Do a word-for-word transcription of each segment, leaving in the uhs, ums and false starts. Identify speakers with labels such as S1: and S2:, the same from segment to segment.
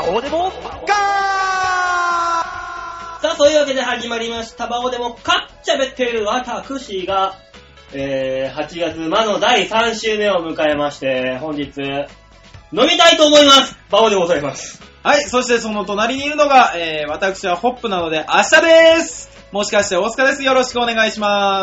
S1: オデモガー。さあ、そういうわけで始まりましたバオデモカッチャベっている私が、えー、はちがつ魔のだいさん週目を迎えまして、本日飲みたいと思います。バオでございます。
S2: はい、そしてその隣にいるのが、えー、私はホップなので明日でーす。もしかして大塚です。よろしくお願いします。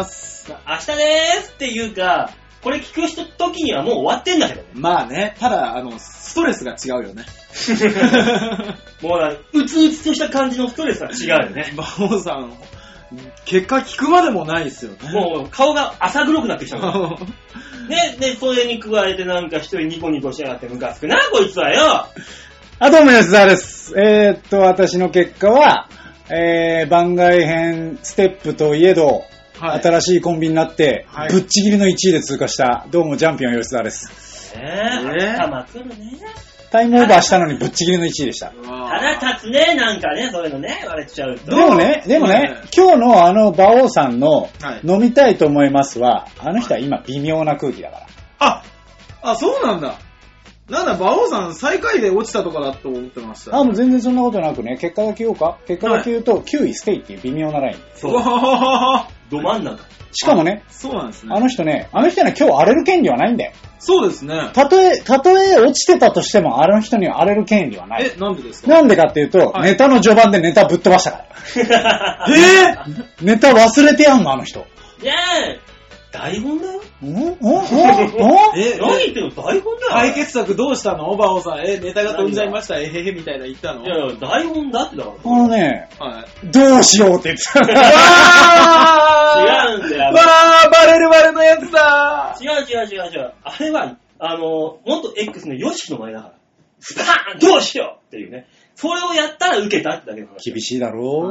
S1: 明日でーすっていうか、これ聞く人時にはもう終わってんだけどね。
S2: まあね、ただあのストレスが違うよね。
S1: もうな、うつうつとした感じのストレスが違うよね。
S2: バオさん、結果聞くまでもないですよね。
S1: もう顔が浅黒くなってきたの。ね、で、それに加えてなんか一人ニコニコしやがってムカつくな、こいつはよ。
S3: あ、どうも安田です。えー、っと、私の結果は、えー、番外編ステップといえど、はい、新しいコンビになって、はい、ぶっちぎりのいちいで通過した、どうもチャンピオン吉田です。
S1: えー、えー、頭くるね。
S3: タイムオーバーしたのにぶっちぎりのいちいでした。
S1: 腹立つね、なんかね、そういうのね、言われちゃうと。
S3: でもね、でもね、うん、今日のあの馬王さんの、はい、飲みたいと思いますは、あの人は今微妙な空気だから。
S2: あ、あ、そうなんだ。なんだ、馬王さん最下位で落ちたとかだと思ってました。
S3: あ、もう全然そんなことなくね、結果だけ言おうか。結果だけ言うと、はい、きゅういステイっていう微妙なライン。
S1: そう。ど真ん中。
S3: しかもね、
S2: そうなんですね。
S3: あの人ね、あの人には今日荒れる権利はないんだよ。
S2: そうですね。
S3: たとえ、たとえ落ちてたとしても、あの人には荒れる権利はない。
S2: え、なんでですか？
S3: なんでかっていうと、はい、ネタの序盤でネタぶっ飛ばしたから。
S2: え
S3: ー、ネタ忘れてやんの、あの人。
S1: いやー、台本だよ。
S3: んんんん
S1: え、何言ってんの？台本だよ。
S2: 解決策どうしたの？馬王さん。え、ネタが飛んじゃいました。えへへみたいな言ったの？
S1: いやいや、台本だってだから。
S3: あのね、
S2: はい、
S3: どうしようって言ってた。
S1: 違うんだよ。
S2: わー、バレるバレのやつだ。
S1: 違う違う違う違う。あれは、あの、元 X のヨシキの前だから。スパーンどうしようっていうね。それをやったら受けたってだけの話。
S3: 厳しいだろう。うん、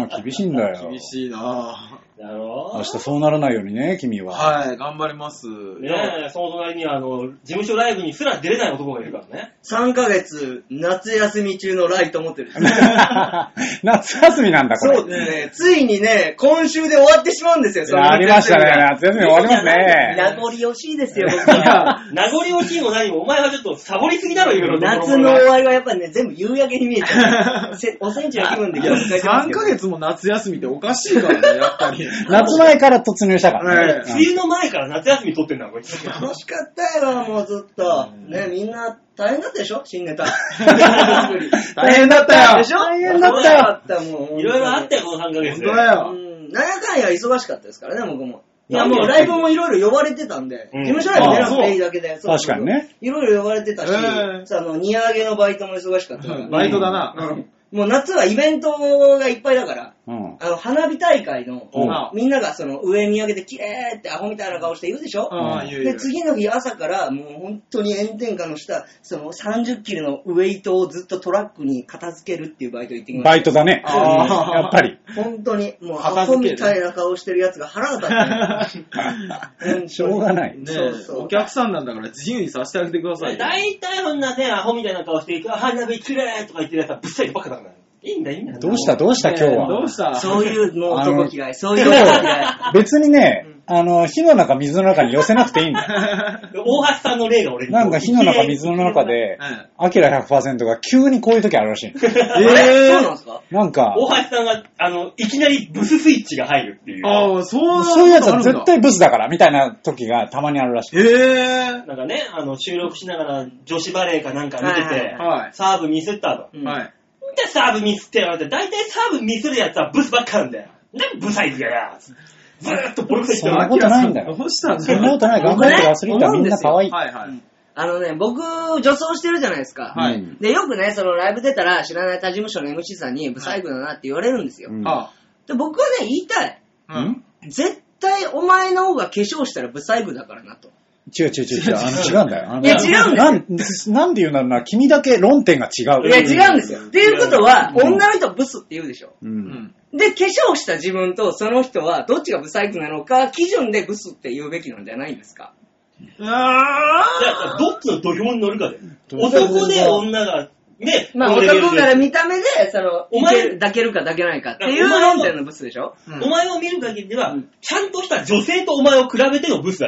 S3: 厳しいんだよ。
S2: 厳しいなぁ。
S1: だろう。
S3: 明日そうならないようにね、君は。
S2: はい、頑張ります。
S1: ねえ、その隣には、あの、事務所ライブにすら出れない男がいるからね。
S4: さんかげつ、夏休み中のライト持ってる。
S3: 夏休みなんだ、これ。
S4: そうですね。ついにね、今週で終わってしまうんですよ、その
S3: ありましたね、夏休み終わりますね。
S4: 名残惜しいですよ、僕は。
S1: 名残惜しいも何も、お前はちょっとサボりすぎだろ、いろいろ。
S4: 夏の終わりはやっぱりね、全部夕焼けに見えちゃう。おセンチの気分で今日使ってますけど。
S2: さんかげつも夏休みっておかしいからね、やっぱり。
S3: 夏前から突入したから
S1: ね。梅雨の前から夏休み取ってんだ、こいつ。
S4: 楽しかったよ、もうずっと。ね、みんな大変だったでしょ？新ネタ。
S3: 大変だったよ。
S4: でしょ？
S3: 大変だったよ。
S1: いろいろあったよ、このさんかげつ。
S2: 本当だよ。
S4: なんやかんや忙しかったですからね、僕も。いや、もうライブもいろいろ呼ばれてたんで、事務所ライブ出なくていいだけで。
S3: 確かにね。
S4: いろいろ呼ばれてたし、あの、荷上げのバイトも忙しかったから。
S2: バイトだな。
S4: もう夏はイベントがいっぱいだから、うん、あの花火大会の、うん、みんながその上見上げてキレーってアホみたいな顔して言うでしょ、うん、で次の日朝からもう本当に炎天下の下そのさんじゅっキロのウェイトをずっとトラックに片付けるっていうバイト行ってきました。
S3: バイトだね。やっぱり。
S4: 本当にもうアホみたいな顔してるやつが腹が立って、
S3: しょうがない。
S2: ね、そうそうお客さんなんだから自由にさせてあげてください。
S1: 大体そんなねアホみたいな顔して花火キレーとか言ってるやつはぶっさいばっかだから。いいんだいいんだ。
S3: どうしたどうした今日は。
S2: どうした。
S4: そういうの男嫌い。そういう男嫌い。
S3: 別にね、あの火の中水の中に寄せなくていいんだ
S1: よ。大橋さんの例が俺に。
S3: なんか火の中水の中で、アキラ ひゃくパーセント が急にこういう時あるらしい。え
S4: ー、そうなんですか。
S3: なんか
S1: 大橋さんがあのいきなりブススイッチが入るっていう。
S2: ああそう
S3: そういうやつは絶対ブスだからみたいな時がたまにあるらしい。
S2: えー、
S1: なんかねあの収録しながら女子バレーかなんか見てて、はい、サーブミスったと。
S2: うん、はい。
S1: でサーブミスって言われて、大体サーブミスるやつはブスばっかなんだよ。なんでブサイズやや。ずーっとボロクソ言ってる。
S3: そんなことないんだよ。
S2: どうしたんだ
S3: そんなことない。頑張ってるアスリートはみんな可愛い。
S2: はいはい。
S4: あのね、僕、女装してるじゃないですか。はい。で、よくね、そのライブ出たら知らない他事務所の エムシー さんにブサイクだなって言われるんですよ。うん、で僕はね、言いたい。うん。絶対お前の方が化粧したらブサイクだからなと。
S3: 違う違う違う違う。あの違うんだよ。あの
S4: いや違うん
S3: ですよ。なん、なんで言うんだろうな。君だけ論点が違う。
S4: いや違うんですよ。っていうことは、うん、女の人はブスって言うでしょ。
S3: うん。
S4: で、化粧した自分とその人はどっちがブサイクなのか基準でブスって言うべきなんじゃないんですか。
S1: あーじゃあ、どっちの土俵に乗るかで。男で女が、ね、
S4: まあ男から見た目で、その、お前抱けるか抱けないかっていう論点のブスでしょ、
S1: うん、お前を見る限りでは、うん、ちゃんとした女性とお前を比べてのブスだからね。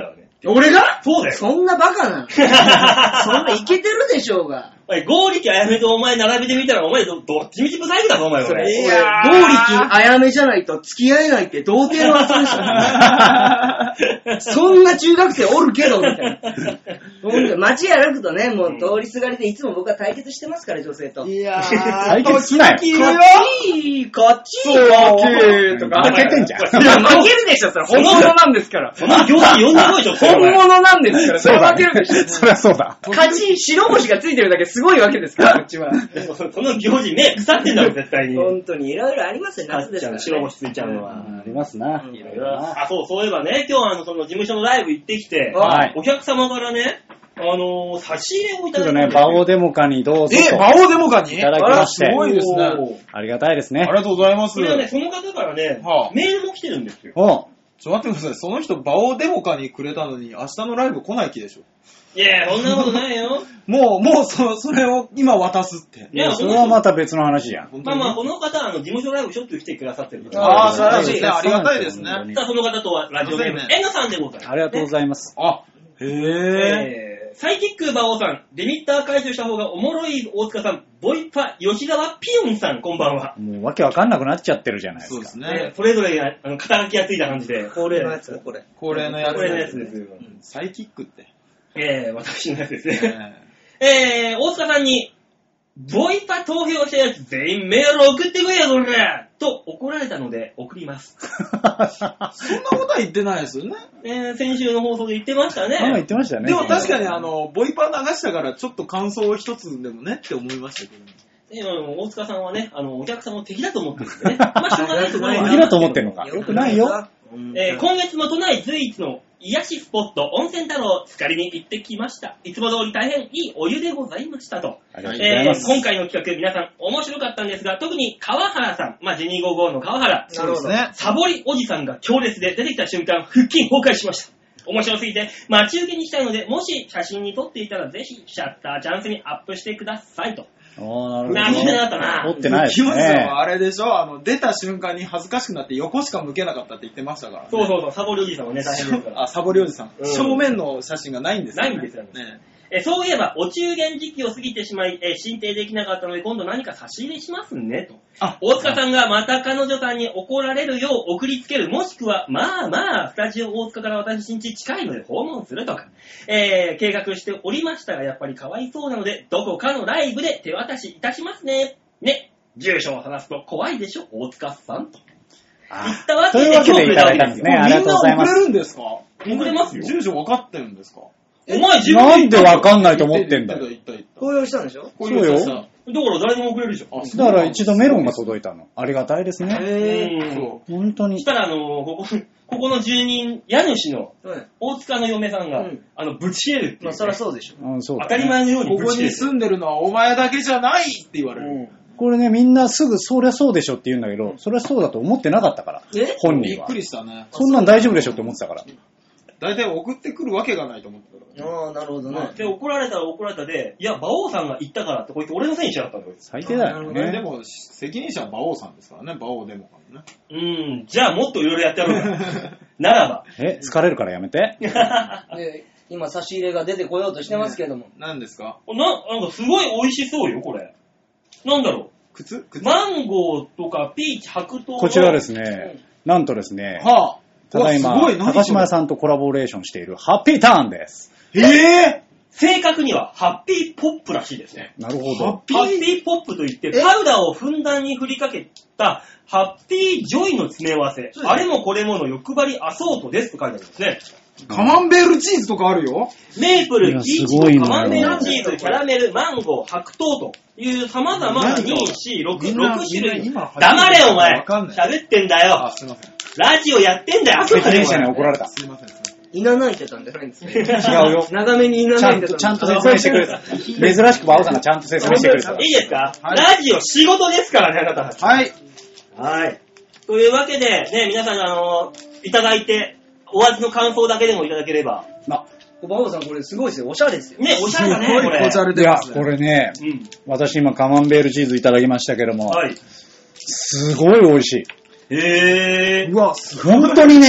S2: 俺が
S1: そうだよ。
S4: そんなバカなのそんなイケてるでしょうが。
S1: お前、ゴーリキあやめとお前並べてみたら、お前ど、どっちみちブサイクだぞ、お前、俺。
S4: いやー。ゴーリキあやめじゃないと付き合えないって童貞の遊びですよ。そんな中学生おるけど、みたいな。ほんと、街歩くとね、もう通りすがりでいつも僕は対決してますから、女性と。
S2: いやー、
S3: 対決しない。
S2: こっち
S4: こっち
S2: そう、とか。
S3: 負けてんじゃん。
S2: いや、負けるでしょ、それ。本物なんですから。
S1: その行事呼んでこいでしょ、
S2: 本物なんですから。
S3: それは
S2: 負けるでしょ。
S3: そりゃそうだ。
S2: 勝ち、白星がついてるだけすごいわけですから、こっちは。
S1: その行事、目腐ってんだろ、絶対に。
S4: 本当にいろいろありますよ、夏ですから、ね。
S1: 白星ついちゃうのは。
S3: ありますな。
S1: いろいろ。あ、そう、そういえばね、今日あの、その事務所のライブ行ってきて、
S3: はい
S1: お客様からね、あのー、差し入れをいただいたん
S3: ね、
S1: ですよ。
S3: バオデモカにどうぞ
S2: え、
S3: と。
S2: 馬王デモカに
S3: いただきまして。
S2: すごいですね。
S3: ありがたいですね。
S2: ありがとうございます。
S1: それはね、その方からね、
S2: はあ
S1: メールも来てるんですよ。
S3: お
S2: ちょっと待ってください。その人、馬王デモカにくれたのに、明日のライブ来ない気でしょ。
S1: いや、そんなことないよ。
S2: もう、もう、そ、それを今渡すって。
S1: いや、
S3: それはまた別の話じゃん。
S1: まあまあ、この方はあの事務所ライブしょっちゅう来てくださってるから。
S2: ああ、
S3: そ
S2: 素晴らしいですね。
S3: あ
S2: ありがたいですね。
S1: さあ、その方とはラジオネーム、
S2: そうですね
S1: N さんでございます。
S3: ありがとうございます。
S2: あ、へえ。
S1: えーサイキック馬王さん、リミッター解除した方がおもろい大塚さん、ボイパ吉沢ピヨンさん、こんばんは。
S3: もうわけわかんなくなっちゃってるじゃないですか。
S2: そうです
S1: ね
S2: ね。
S1: それぞれがあの肩書きがついた感じで。
S4: 恒例のやつこれ。
S2: 恒例のやつ。
S1: これのやつですよ。
S2: サイキックって。
S1: えー、私のやつです
S2: え
S1: ね。えー、大塚さんに、ボイパ投票したやつ全員メール送ってくれよ、それと怒られたので送ります。
S2: そんなことは言ってないですよね。
S1: えー、先週の放送で言ってましたね。
S3: あ、言ってましたね。
S2: でも確かにあの、ボイパ流したからちょっと感想を一つでもねって思いましたけどね。
S1: えー、大塚さんはね、あの、お客さんを敵だと思ってるんでね。まあ、しょうがないと思います。
S3: 敵だと思ってんのか。よくないよ。
S1: えー、今月も都内随一の癒しスポット、温泉太郎、つかりに行ってきました。いつも通り大変いいお湯でございましたと。
S3: ありがとうございます。
S1: えー、今回の企画、皆さん面白かったんですが、特に川原さん、まあ、ジェニーゴーゴーの川原、
S2: そうですね。
S1: サボりおじさんが強烈で出てきた瞬間、腹筋崩壊しました。面白すぎて待ち受けにしたいので、もし写真に撮っていたらぜひシャッターチャンスにアップしてくださいと。
S3: おー、なるほど。
S1: なってなかったな。
S3: 撮ってないです
S2: キムさん
S3: ね。
S2: はあれでしょあの、出た瞬間に恥ずかしくなって横しか向けなかったって言ってましたから、ね。
S1: そうそうそう、サボりおじさんはね、大変ですから。
S2: あ、サボりおじさん。
S1: うん
S2: 正面の写真がないんですよね。
S1: ないんですよね
S2: ね。
S1: えそういえば、お中元時期を過ぎてしまい、え進呈できなかったので、今度何か差し入れしますね、と。
S2: あ、
S1: 大塚さんがまた彼女さんに怒られるよう送りつける、もしくは、まあまあ、スタジオ大塚から私ん家近いので訪問するとか、えー、計画しておりましたが、やっぱりかわいそうなので、どこかのライブで手渡しいたしますね。ね、住所を話すと怖いでしょ、大塚さんと。言ったわ
S3: と
S1: けで
S3: いうわけでいただいたんですね。ありがとうございます。
S2: みんな送れるんですか
S1: 送れますよ。
S2: 住所分かってるんですか
S1: お前自分
S3: なんでわかんないと思ってんだよ。
S2: 言った言った
S4: 公用したんでしょ
S2: こういうやつさ
S1: だから誰でも送れるじゃん。
S2: あ
S3: だから一度メロンが届いたの。ありがたいですね。
S1: うん
S2: そ
S3: 本当に
S1: そし。たら、あのーここ、ここの住人、家主の
S4: うん。
S1: 大塚の嫁さんが、
S4: うん
S1: あの、ぶち入れるっていう、ね。
S4: まあ、そりゃそうでしょ。
S3: うん、そうだ
S1: 当たり前のように
S2: ここに
S1: ぶち入れる。
S2: 住んでるのはお前だけじゃないって言われる。
S3: これね、みんなすぐそりゃそうでしょって言うんだけど、それはそうだと思ってなかったから。
S4: え
S3: 本人は
S2: びっく。りしたね。
S3: そんなん大丈夫でしょって思ってたから。
S2: 大体送ってくるわけがないと思ってたから。
S4: ああ、なるほどね。
S1: で、怒られたら怒られたで、いや、馬王さんが言ったからって、こいつ俺のせいにしやがったんだよ。
S3: 最低だよ
S2: ね、で
S3: ね。
S2: も、責任者は馬王さんですからね、馬王デモカのね。
S1: うん、じゃあもっといろいろやってやろうか。ならば。
S3: え、疲れるからやめて。
S4: で、今差し入れが出てこようとしてますけども。
S2: 何ですか
S1: な、なんかすごい美味しそうよ、これ。なんだろ
S2: 靴靴
S1: う。マンゴーとかピーチ、白桃。
S3: こちらですね、なんとですね、
S2: はあ。
S3: ただいま
S2: うわすごい、何
S3: 高島屋さんとコラボレーションしているハッピーターンです。
S2: ええ
S1: 正確にはハッピーポップらしいですね。
S3: なるほ
S2: ハッ
S3: ど。
S2: ピー
S1: ハッピーポップといって、パウダーをふんだんに振りかけた、ハッピージョイの詰め合わせ。あれもこれもの欲張りアソートですと書いてあるんですね。
S2: カマンベールチーズとかあるよ。
S1: メープル、
S3: いや
S1: ピーチ
S3: すごいのよ
S1: カマンベールチーズ、キャラメル、マンゴー、白桃という様々なに、よん、ろく、
S2: みんな
S1: ろく種類。
S2: みんな今
S1: 黙れお前
S2: わかんない
S1: 喋ってんだ
S2: あ、
S1: よ
S2: すいません。
S1: ラジオやってんだよあくまで
S3: 責任者に怒られた。
S2: すいません。すいません
S4: いなないてたんじゃないんですね。
S3: 違うよ。
S4: 長めにいな
S3: ちゃんと、
S4: ないてた
S3: ちゃんと説明してくれた。珍しくバオさんがちゃんと説明してくれた。
S1: いいですか、
S2: はい
S1: ラジオ仕事ですからね、あなたたち。
S2: はい。
S1: はい。というわけで、ね、皆さん、あの、いただいて、お味の感想だけでもいただければ。
S3: な、
S4: バオさんこれすごいですよ。おしゃれですよ。
S1: ね、おしゃれだね、
S2: すご
S1: これ。
S2: いこじゃれ
S3: いや、
S2: てますね。
S3: これね、
S1: うん。
S3: 私今カマンベールチーズいただきましたけども、
S1: はい。
S3: すごい美味しい。
S1: へー。
S2: うわ、すごい。
S3: 本当にね、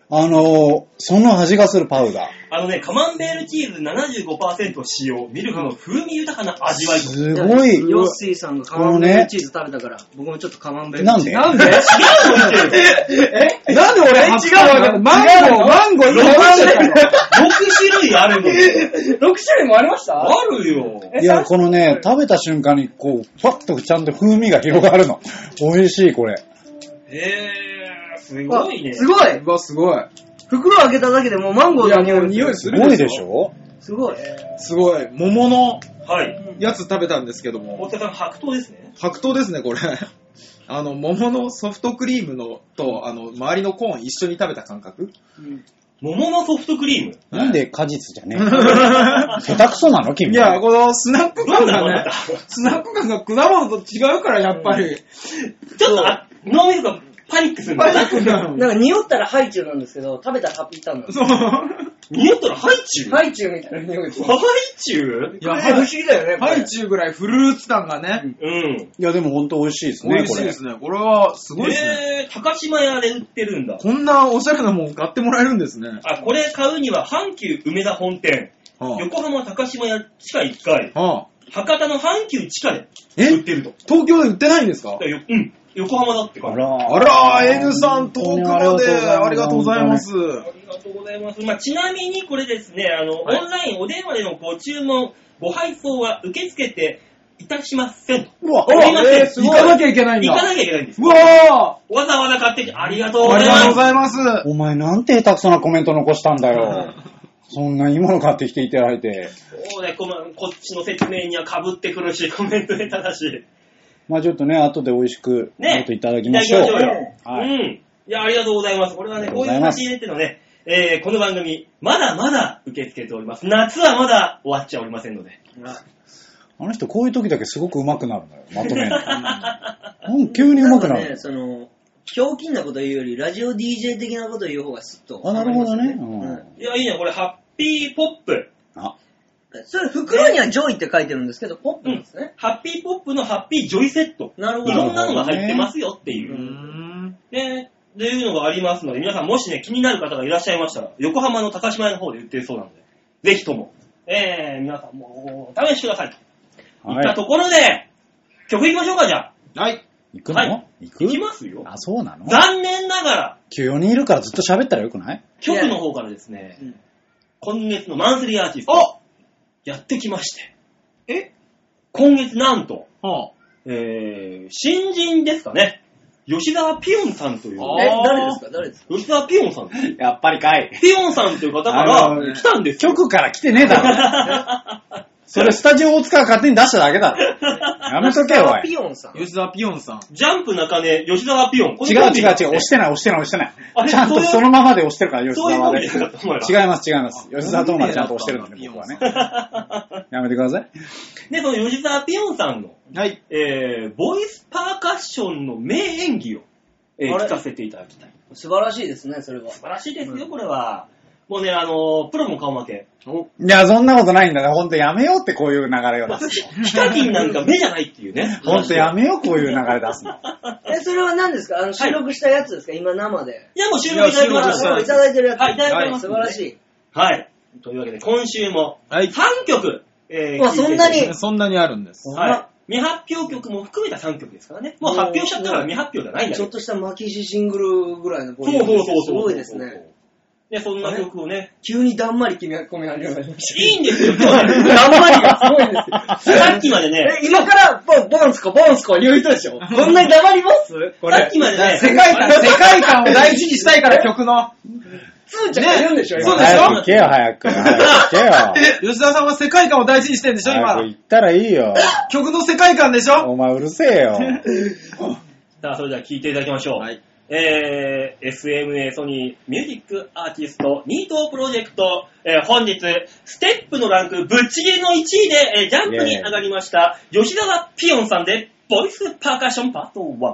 S3: あの、その味がするパウダー。
S1: あのね、カマンベールチーズ ななじゅうごパーセント 使用、ミルクの風味豊かな味わい。
S3: すごい。
S4: ヨッシーさんがカマンベールチーズ食べたから、僕もちょっとカマンベールチーズ。
S3: なんで
S2: なんでえなんで俺違うマンゴー、マンゴー今食べちゃったの
S1: ろくしゅるいあるのよ。
S4: ろくしゅるいもありました？
S1: あるよ。
S3: いや、このね、食べた瞬間に、こう、パッとちゃんと風味が広がるの。美味しい、これ。
S1: へー、すごいね。
S4: すごい。
S2: うわ、すごい。
S4: 袋開けただけでもうマンゴーの匂い。
S2: 匂いす
S3: すごいでしょ？
S4: すごい。
S2: すごい。桃の
S1: はい。
S2: やつ食べたんですけども。
S1: 大塚さん、白桃ですね。
S2: 白桃ですね、これ。あの、桃のソフトクリームのと、あの、周りのコーン一緒に食べた感覚、
S1: うん、桃のソフトクリーム
S3: なんで果実じゃねえ下手くそなの君。
S2: いや、このスナック感がね、
S1: なんだ
S2: スナック感が果物と違うから、やっぱり。
S1: ちょっと、あ、脳みそがパニックするんだよ。
S2: パニックなの。
S4: なんか匂ったらハイチュウなんですけど、食べたらハッピーターンなんです。
S2: そう。
S1: 匂ったらハイチュウ
S4: ハイチュウみたいな匂いです。
S1: ハイチュウ
S2: いや、
S4: 不思議だよね。
S2: ハイチュウぐらいフルーツ感がね。
S1: うん。
S3: いや、でもほんと美味しいですね、
S2: 美味しいですね。これはすごいですね。
S1: えー、高島屋で売ってるんだ。
S2: こんなおしゃれなもん買ってもらえるんですね。
S1: あ、これ買うには阪急梅田本店、
S2: はあ、
S1: 横浜高島屋地下いっかい、
S2: はあ、
S1: 博多の阪急地下で売ってると。
S2: 東京で売ってないんですか？
S1: うん。横浜だってか
S3: あ
S1: ら。
S3: ら
S2: あら、N さん遠くまでありがとうございます。
S1: ありがとうございます。まあ、ちなみにこれですね、あの、
S2: はい、
S1: オンラインお電話でのご注文、ご配送は受け付けていたしません。
S3: うわ、
S1: すいません。
S2: えー、行かなきゃいけないんだ。
S1: 行かなきゃいけないんです。
S2: うわ
S1: ーわざわざ買ってきてありがとう
S2: ー
S1: ございます。
S2: ありがとうございます。
S3: お前なんて下手くそなコメント残したんだよ。そんないいもの買ってきていただいて。
S1: そうね、こ, こっちの説明には被ってくるし、コメント下手だし。
S3: まあちょっとね、後で美味しく、
S1: ね、
S3: ちょっといただきましょう。
S1: いただきましょうよ。
S3: はい。
S1: うん。いや、ありがとうございます。これはね、こういう差し入れっていうのはね、えー、この番組、まだまだ受け付けております。夏はまだ終わっちゃおりませんので。
S3: あの人、こういう時だけすごく上手くなるのよ、まとめる。うん、急に上手くなる。
S4: なんかね、その、ひょうきんなこと言うより、ラジオ ディージェー 的なこと言う方がスッと、
S3: あ、なるほどね。
S4: うん、
S1: いや、いいね、これ、ハッピーポップ。
S3: あ、
S4: それ、袋にはジョイって書いてるんですけど、ポップなんですね。
S1: うん、ハッピーポップのハッピージョイセット。
S4: なるほど。
S1: いろんなのが入ってますよっていう。
S2: うーん
S1: ね、っていうのがありますので、皆さんもしね、気になる方がいらっしゃいましたら、横浜の高島屋の方で売ってるそうなので、ぜひとも、えー、皆さんもお試しくださいと。
S3: はい。
S1: いったところで、曲いきましょうか、じゃあ。
S2: はい。
S3: 行くの、
S1: はい、
S3: 行く
S1: 行きますよ。
S3: あ、そうなの？
S1: 残念ながら、
S3: 今日よにんいるからずっと喋ったらよくない？
S1: 局の方からですね、
S4: うん、
S1: 今月のマンスリーアーティスト、やってきまして。
S2: え
S1: 今月なんと、
S2: はあ、
S1: えー、新人ですかね。吉沢ピヨンさんという。
S4: え、誰ですか誰ですか
S1: 吉沢ピヨンさん。
S3: やっぱりかい。
S1: ピヨンさんという方から来たんですよ。
S3: 局から来てねえだろ。それスタジオ大塚が勝手に出しただけだろ。やめとけよ、おい。
S4: ピヨンさん。
S2: 吉沢ピヨンさん。
S1: ジャンプ中根、吉沢ピヨン。
S3: 違う違う違う、押してない押してない押してない。ちゃんとそのままで押してるから、吉沢で。違います違います。吉沢とまでちゃんと押してるんで、僕はね。やめてください。
S1: で、その吉沢ピヨンさんの、
S2: はい。
S1: えー、ボイスパーカッションの名演技を、えー、聞かせていただきたい。
S4: 素晴らしいですね、それは。
S1: 素晴らしいですよ、これは。もうね、あのー、プロも顔負け。
S3: いや、そんなことないんだね。ほんとやめようってこういう流れを出すの。
S1: ヒカキンなんか目じゃないっていうね。
S3: ほんとやめよう、こういう流れ出すの。
S4: え、それは何ですかあの、収録したやつですか、はい、今生で。
S1: いや、もう収録いただきました。
S4: いただいてるやつ。
S1: はい、いただいてます、
S4: 素晴らしい。
S1: はい。というわけで、今週も、さんきょく、え
S4: ー、そんなに
S2: そんなにあるんです。
S1: はい。未発表曲も含めたさんきょくですからね。もう発表しちゃったから未発表じゃないんだ
S4: ちょっとしたマキシシングルぐらいの
S1: ボリューム。そうそうそうそう。
S4: すごいですね。
S1: で、そんな曲をね。
S4: 急にだんまり君が込み始めました。
S1: いいんですよ、今日ね。
S4: だんまりがすごいんですよ。
S1: さっきまでね。
S4: え、今からボン、ボンスコ、ボンスコ言う人でしょこんなに黙りますこれ。
S1: さっきまでね。
S2: 世界観、世界観を大事にしたいから曲の。
S4: つーちゃんが言うんでしょ、
S2: ね、そうでしょ
S3: 早く行けよ、早く。早く行けよ。
S2: 吉田さんは世界観を大事にしてんでしょ、今。
S3: 早く行ったらいいよ。
S2: 曲の世界観でしょ。
S3: お前うるせえよ。
S1: さあ、それでは聴いていただきましょう。
S2: はい。
S1: えー、エスエムエー ソニーミュージックアーティストニートプロジェクト、えー、本日ステップのランクぶっちぎりのいちいで、えー、ジャンプに上がりました吉沢ピヨンさんでボイスパーカッションパートワン。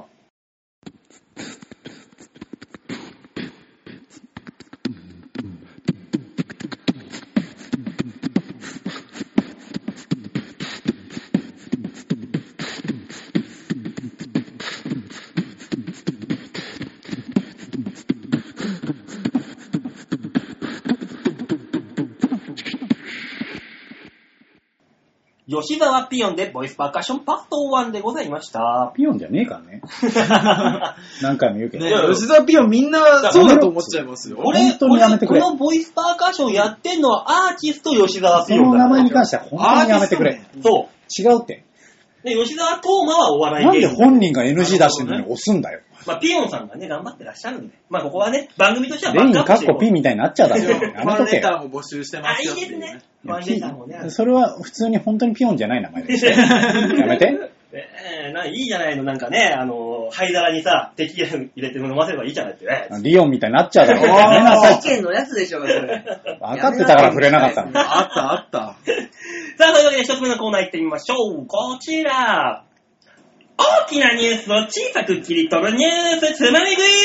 S1: 吉沢ピヨンでボイスパーカッションパートワンでございました。
S3: ピヨンじゃねえからね。何回も言うけど。
S2: ね、吉沢ピヨンみんなそうだと思っちゃいますよ。
S1: 俺、本当にやめてくれ。このボイスパーカッションやってんのはアーティスト吉沢ピヨンだ。
S3: その名前に関しては本当にやめてくれ。
S1: そう。
S3: 違うって。
S1: で、吉沢東馬はお笑い芸人。
S3: なんで本人が エヌジー 出してるのに押すんだよ。
S1: まあ、ピヨンさんがね、頑張ってらっしゃるんで。まあ、ここはね、番組としては
S3: バックアップして。レインカッコピみたいになっちゃうだろ。やめとけ。
S2: ファンレターも募集してますよ。
S1: あ、いいですね。ファンレターもね。
S3: それは普通に本当にピヨンじゃない名前です。やめて。
S1: えー、ないいじゃないの、なんかね、あの、灰皿にさ、テキーラ入れて飲ませればいいじゃないってね。
S3: リオンみたいになっちゃうだろ。
S4: やめなさい。世間のやつでしょ、それ。
S3: 分かってたから触れなかったの。
S2: あったあった。
S1: さあ、というわけで一つ目のコーナー行ってみましょう。こちら。大きなニュースを小さく切り取るニュースつまみ食い。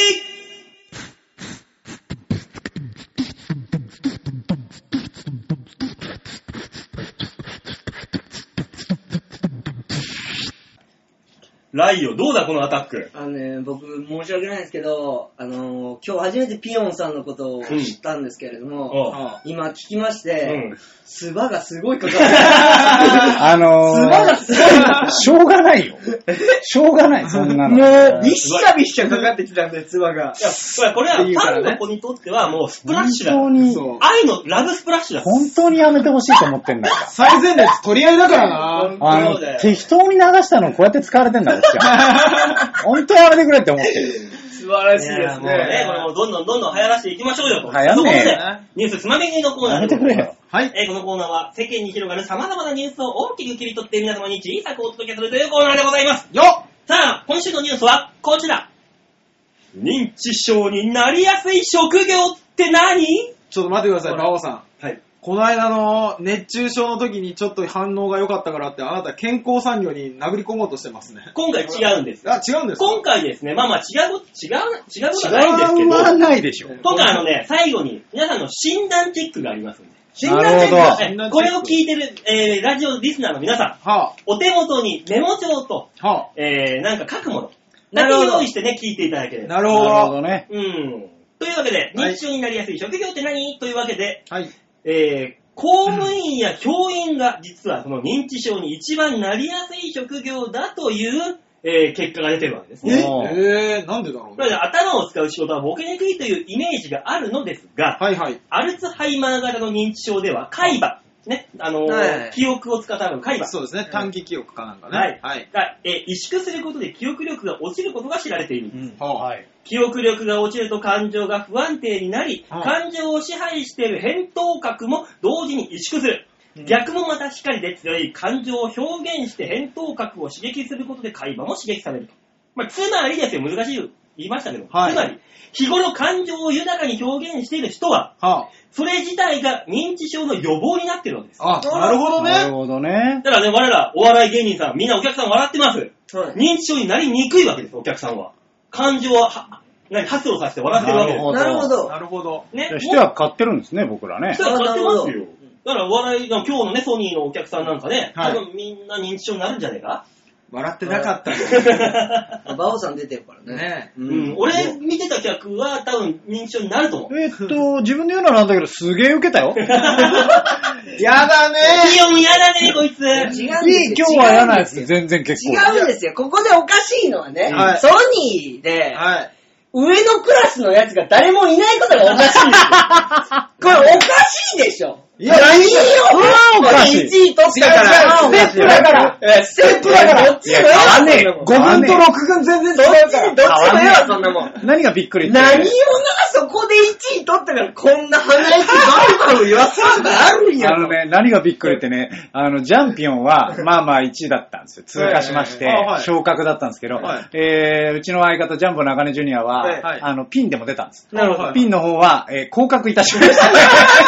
S1: ライオ、どうだこのアタック。
S4: あのね、僕申し訳ないんですけど、あのー、今日初めてピヨンさんのことを知ったんですけれども、うん、今聞きまして、うん、スバがすごいかかる。
S3: あのー、スバがすごい。しょうがないよ。しょうがない、そんなの。
S4: もう、ビッシャビッシャかかってきたんで、スバが。
S1: いや、これはファンの子にとってはもうスプラッシュだ。本当に。愛のラブスプラッシュだ。
S3: 本当にやめてほしいと思ってんだから。
S2: 最前列取り合いだからな。
S3: あの、適当に流したのこうやって使われてんだよ。本当やめてくれって思ってる。
S4: 素晴らしいですね。
S1: もうね、これもどんどんどんどん流行らせていきましょうよと。
S3: 流行んねえ。
S1: ニュースつまみ食いのコーナーで
S3: やめてくれよ。
S1: はい。えー、このコーナーは世間に広がる様々なニュースを大きく切り取って皆様に小さくお届けするというコーナーでございます。
S2: よっ！
S1: さあ、今週のニュースはこちら。認知症になりやすい職業って何？
S2: ちょっと待ってください、馬王さん。はい。この間の熱中症の時にちょっと反応が良かったからってあなた健康産業に殴り込もうとしてますね。
S1: 今回違うんです。
S2: あ、違うんですか？
S1: 今回ですね、まあまあ違う、違う、違うことはないんですけど。
S3: 違うはないでしょ。
S1: 今回あのね、最後に皆さんの診断チェックがありますんで。
S3: 診断チェ
S1: ックこれを聞いてる、えー、ラジオリスナーの皆さん、はあ、お手元にメモ帳と、はあ、えー、なんか書くもの。だけ用意してね、聞いていただければ。
S2: なるほど。なるほ
S3: どね。
S1: うん。というわけで、認知症になりやすい職業って何？というわけで、
S2: はい。
S1: えー、公務員や教員が実はその認知症に一番なりやすい職業だという、えー、結果が出てるわけですね。
S2: えー、なんでだろうね。
S1: これ頭を使う仕事はボケにくいというイメージがあるのですが、
S2: はいはい。
S1: アルツハイマー型の認知症では海馬、ね、あのーはい、記憶を使った海馬。
S2: そうですね、短期記憶かなんかね。
S1: はい。はい。がえー、萎縮することで記憶力が落ちることが知られているんです。
S2: うん、はい。
S1: 記憶力が落ちると感情が不安定になり、はい、感情を支配している扁桃核も同時に萎縮する。うん、逆もまた光で強い感情を表現して扁桃核を刺激することで海馬も刺激されると。まあ、つまりですよ、難しい言いましたけど、はい、つまり、日頃感情を豊かに表現している人は、はあ、それ自体が認知症の予防になっているわけです。
S2: あ、なるほどね。
S3: なるほどね。
S1: だからね、我らお笑い芸人さん、みんなお客さん笑ってます。はい、認知症になりにくいわけです、お客さんは。感情は、は何発露させて笑ってるわけです。
S4: なるほど。
S2: なるほど。
S3: ね。しては買ってるんですね、僕らね。
S1: しては買ってますよ。だから笑いが、今日のね、ソニーのお客さんなんかね、はい、多分みんな認知症になるんじゃねえか？
S2: 笑ってなかった
S4: よ。バオさん出てるからね。
S1: ねうん、俺見てた客は多分認知症になると思う。
S3: えー、っと、自分で言うのはなんだけど、すげえ受けたよ。
S2: やだね
S1: ー。イオンやだねー、こいつ。
S4: 違うんですよ。
S3: いい、今日は嫌なやつ、全然結構。
S4: 違うんですよ。ここでおかしいのはね、はい、ソニーで、はい、上のクラスのやつが誰もいないことがおかしいんですよ。これおかしいでしょ。いや、何よ、おかしい。いちい取ったから。
S2: ステップだから。
S4: ステップだから。どっちもええわ、
S2: ね。ごぶんとろくぐん全然違うから。
S4: どっちもええわ、そんなもん。
S3: 何がびっくりって。
S4: 何をな、そこでいちい取ったからこんな鼻息バリバリ言わすことがあるんや。
S3: あのね、何がびっくりってね、あの、ジャンピオンは、まあまあいちいだったんですよ。通過しまして、昇格だったんですけど、えー、うちの相方、ジャンボ中根ジュニアは、あの、ピンでも出たんです。なるほど。ピンの方は、えー、降格いたしました。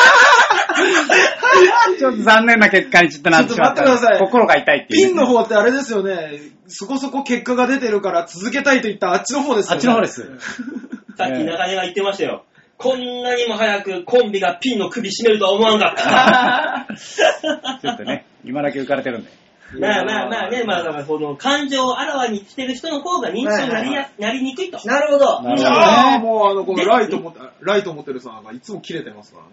S3: ちょっと残念な結果にちょっとなってしまった。ちょっと待ってください。心が痛いっていう、ね。
S2: ピンの方ってあれですよね。そこそこ結果が出てるから続けたいと言ったあっちの方ですよね。
S3: あっちの方です。
S1: さっき中根が言ってましたよ。こんなにも早くコンビがピンの首絞めるとは思わんかった。
S3: ちょっとね、今だけ浮かれてるんで。
S1: まあまあまあね、まあだからその感情をあらわにしてる人の方が認知症になりや、なりにくいと。
S4: なるほど。
S2: なるほどね。もうあの、このライト持って、ライト持ってるさんがいつも切れてますからね。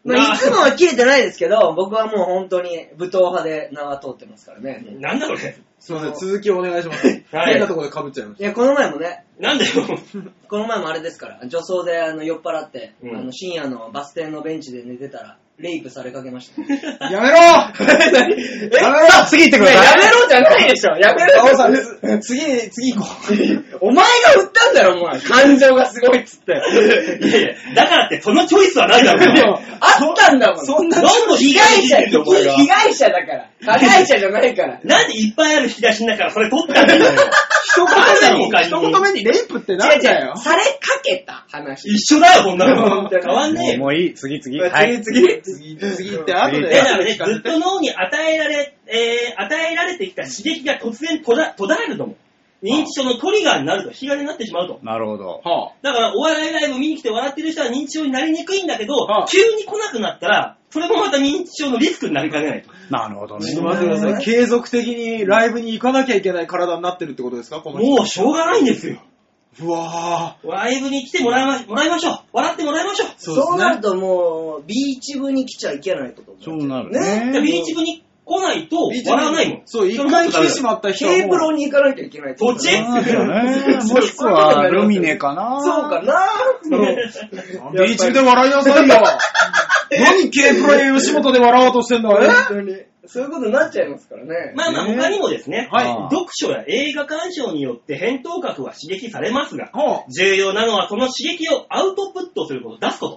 S4: まあ、いつもは切れてないですけど、僕はもう本当に武闘派で名は通ってますからね。
S1: なんだこれ。
S2: すいません、続きをお願いします。変なところで被っちゃいました。
S4: いや、この前もね。
S1: なんでよ。
S4: この前もあれですから、女装であの酔っ払って、
S1: うん、
S4: あの深夜のバス停のベンチで寝てたら、レイプされかけました、ね。
S2: やめろやめろ
S3: 次行ってください。
S4: やめろじゃないでしょ。やめろ。
S2: 青さん、次、次行こ
S4: う。お前が振ったんだろ、お前。感情がすごいっつって。
S1: いやいや、だからってそのチョイスはないだろうね。
S4: あったんだもん。
S2: そんな
S1: どんどん
S4: 被害者、被害者だから。加害者じゃないから。
S1: なんでいっぱいある引き出しの中からそれ取ったんだよ。
S2: 一言目に、一言目にレイプってなんだよ。
S4: されかけた話。
S1: 一緒だよ、こんなの。変わんねえよ。
S3: もういい、次次。
S2: はい、次、次、次って後で。
S1: だからね、ずっと脳に与えられ、えー、与えられてきた刺激が突然途絶えるとも。認知症のトリガーになると、引き金になってしまうと。
S3: なるほど。
S1: はあ、だから、お笑いライブ見に来て笑ってる人は認知症になりにくいんだけど、はあ、急に来なくなったら、それもまた認知症のリスクになりかねないと。
S3: なるほどね。
S2: ちょっと待ってください。継続的にライブに行かなきゃいけない体になってるってことですか？この人
S1: もうしょうがないんですよ。
S2: うわ
S1: ぁ。ライブに来てもらいま、もらいましょう。笑ってもらいましょう。
S4: そうですね、そうなるともう、ビーチ部に来ちゃいけないこと
S3: そうなるね。
S1: ね。ビーチ部に来ないと笑わないもん。
S2: そう、一回来てしまった人はもう。
S4: K プロに行かなきゃいけない。
S1: そっち
S3: もしくは、ルミネかな。
S4: そうかな。
S2: ビーチ部で笑いなさいよ。何 K プロや吉本で笑おうとしてんだよ。
S4: 本当に。そういうことになっちゃいますからね。
S1: まあまあ他にもですね、
S2: はい、
S1: 読書や映画鑑賞によって扁桃核は刺激されますが、
S2: はあ、
S1: 重要なのはその刺激をアウトプットすること、出すこと。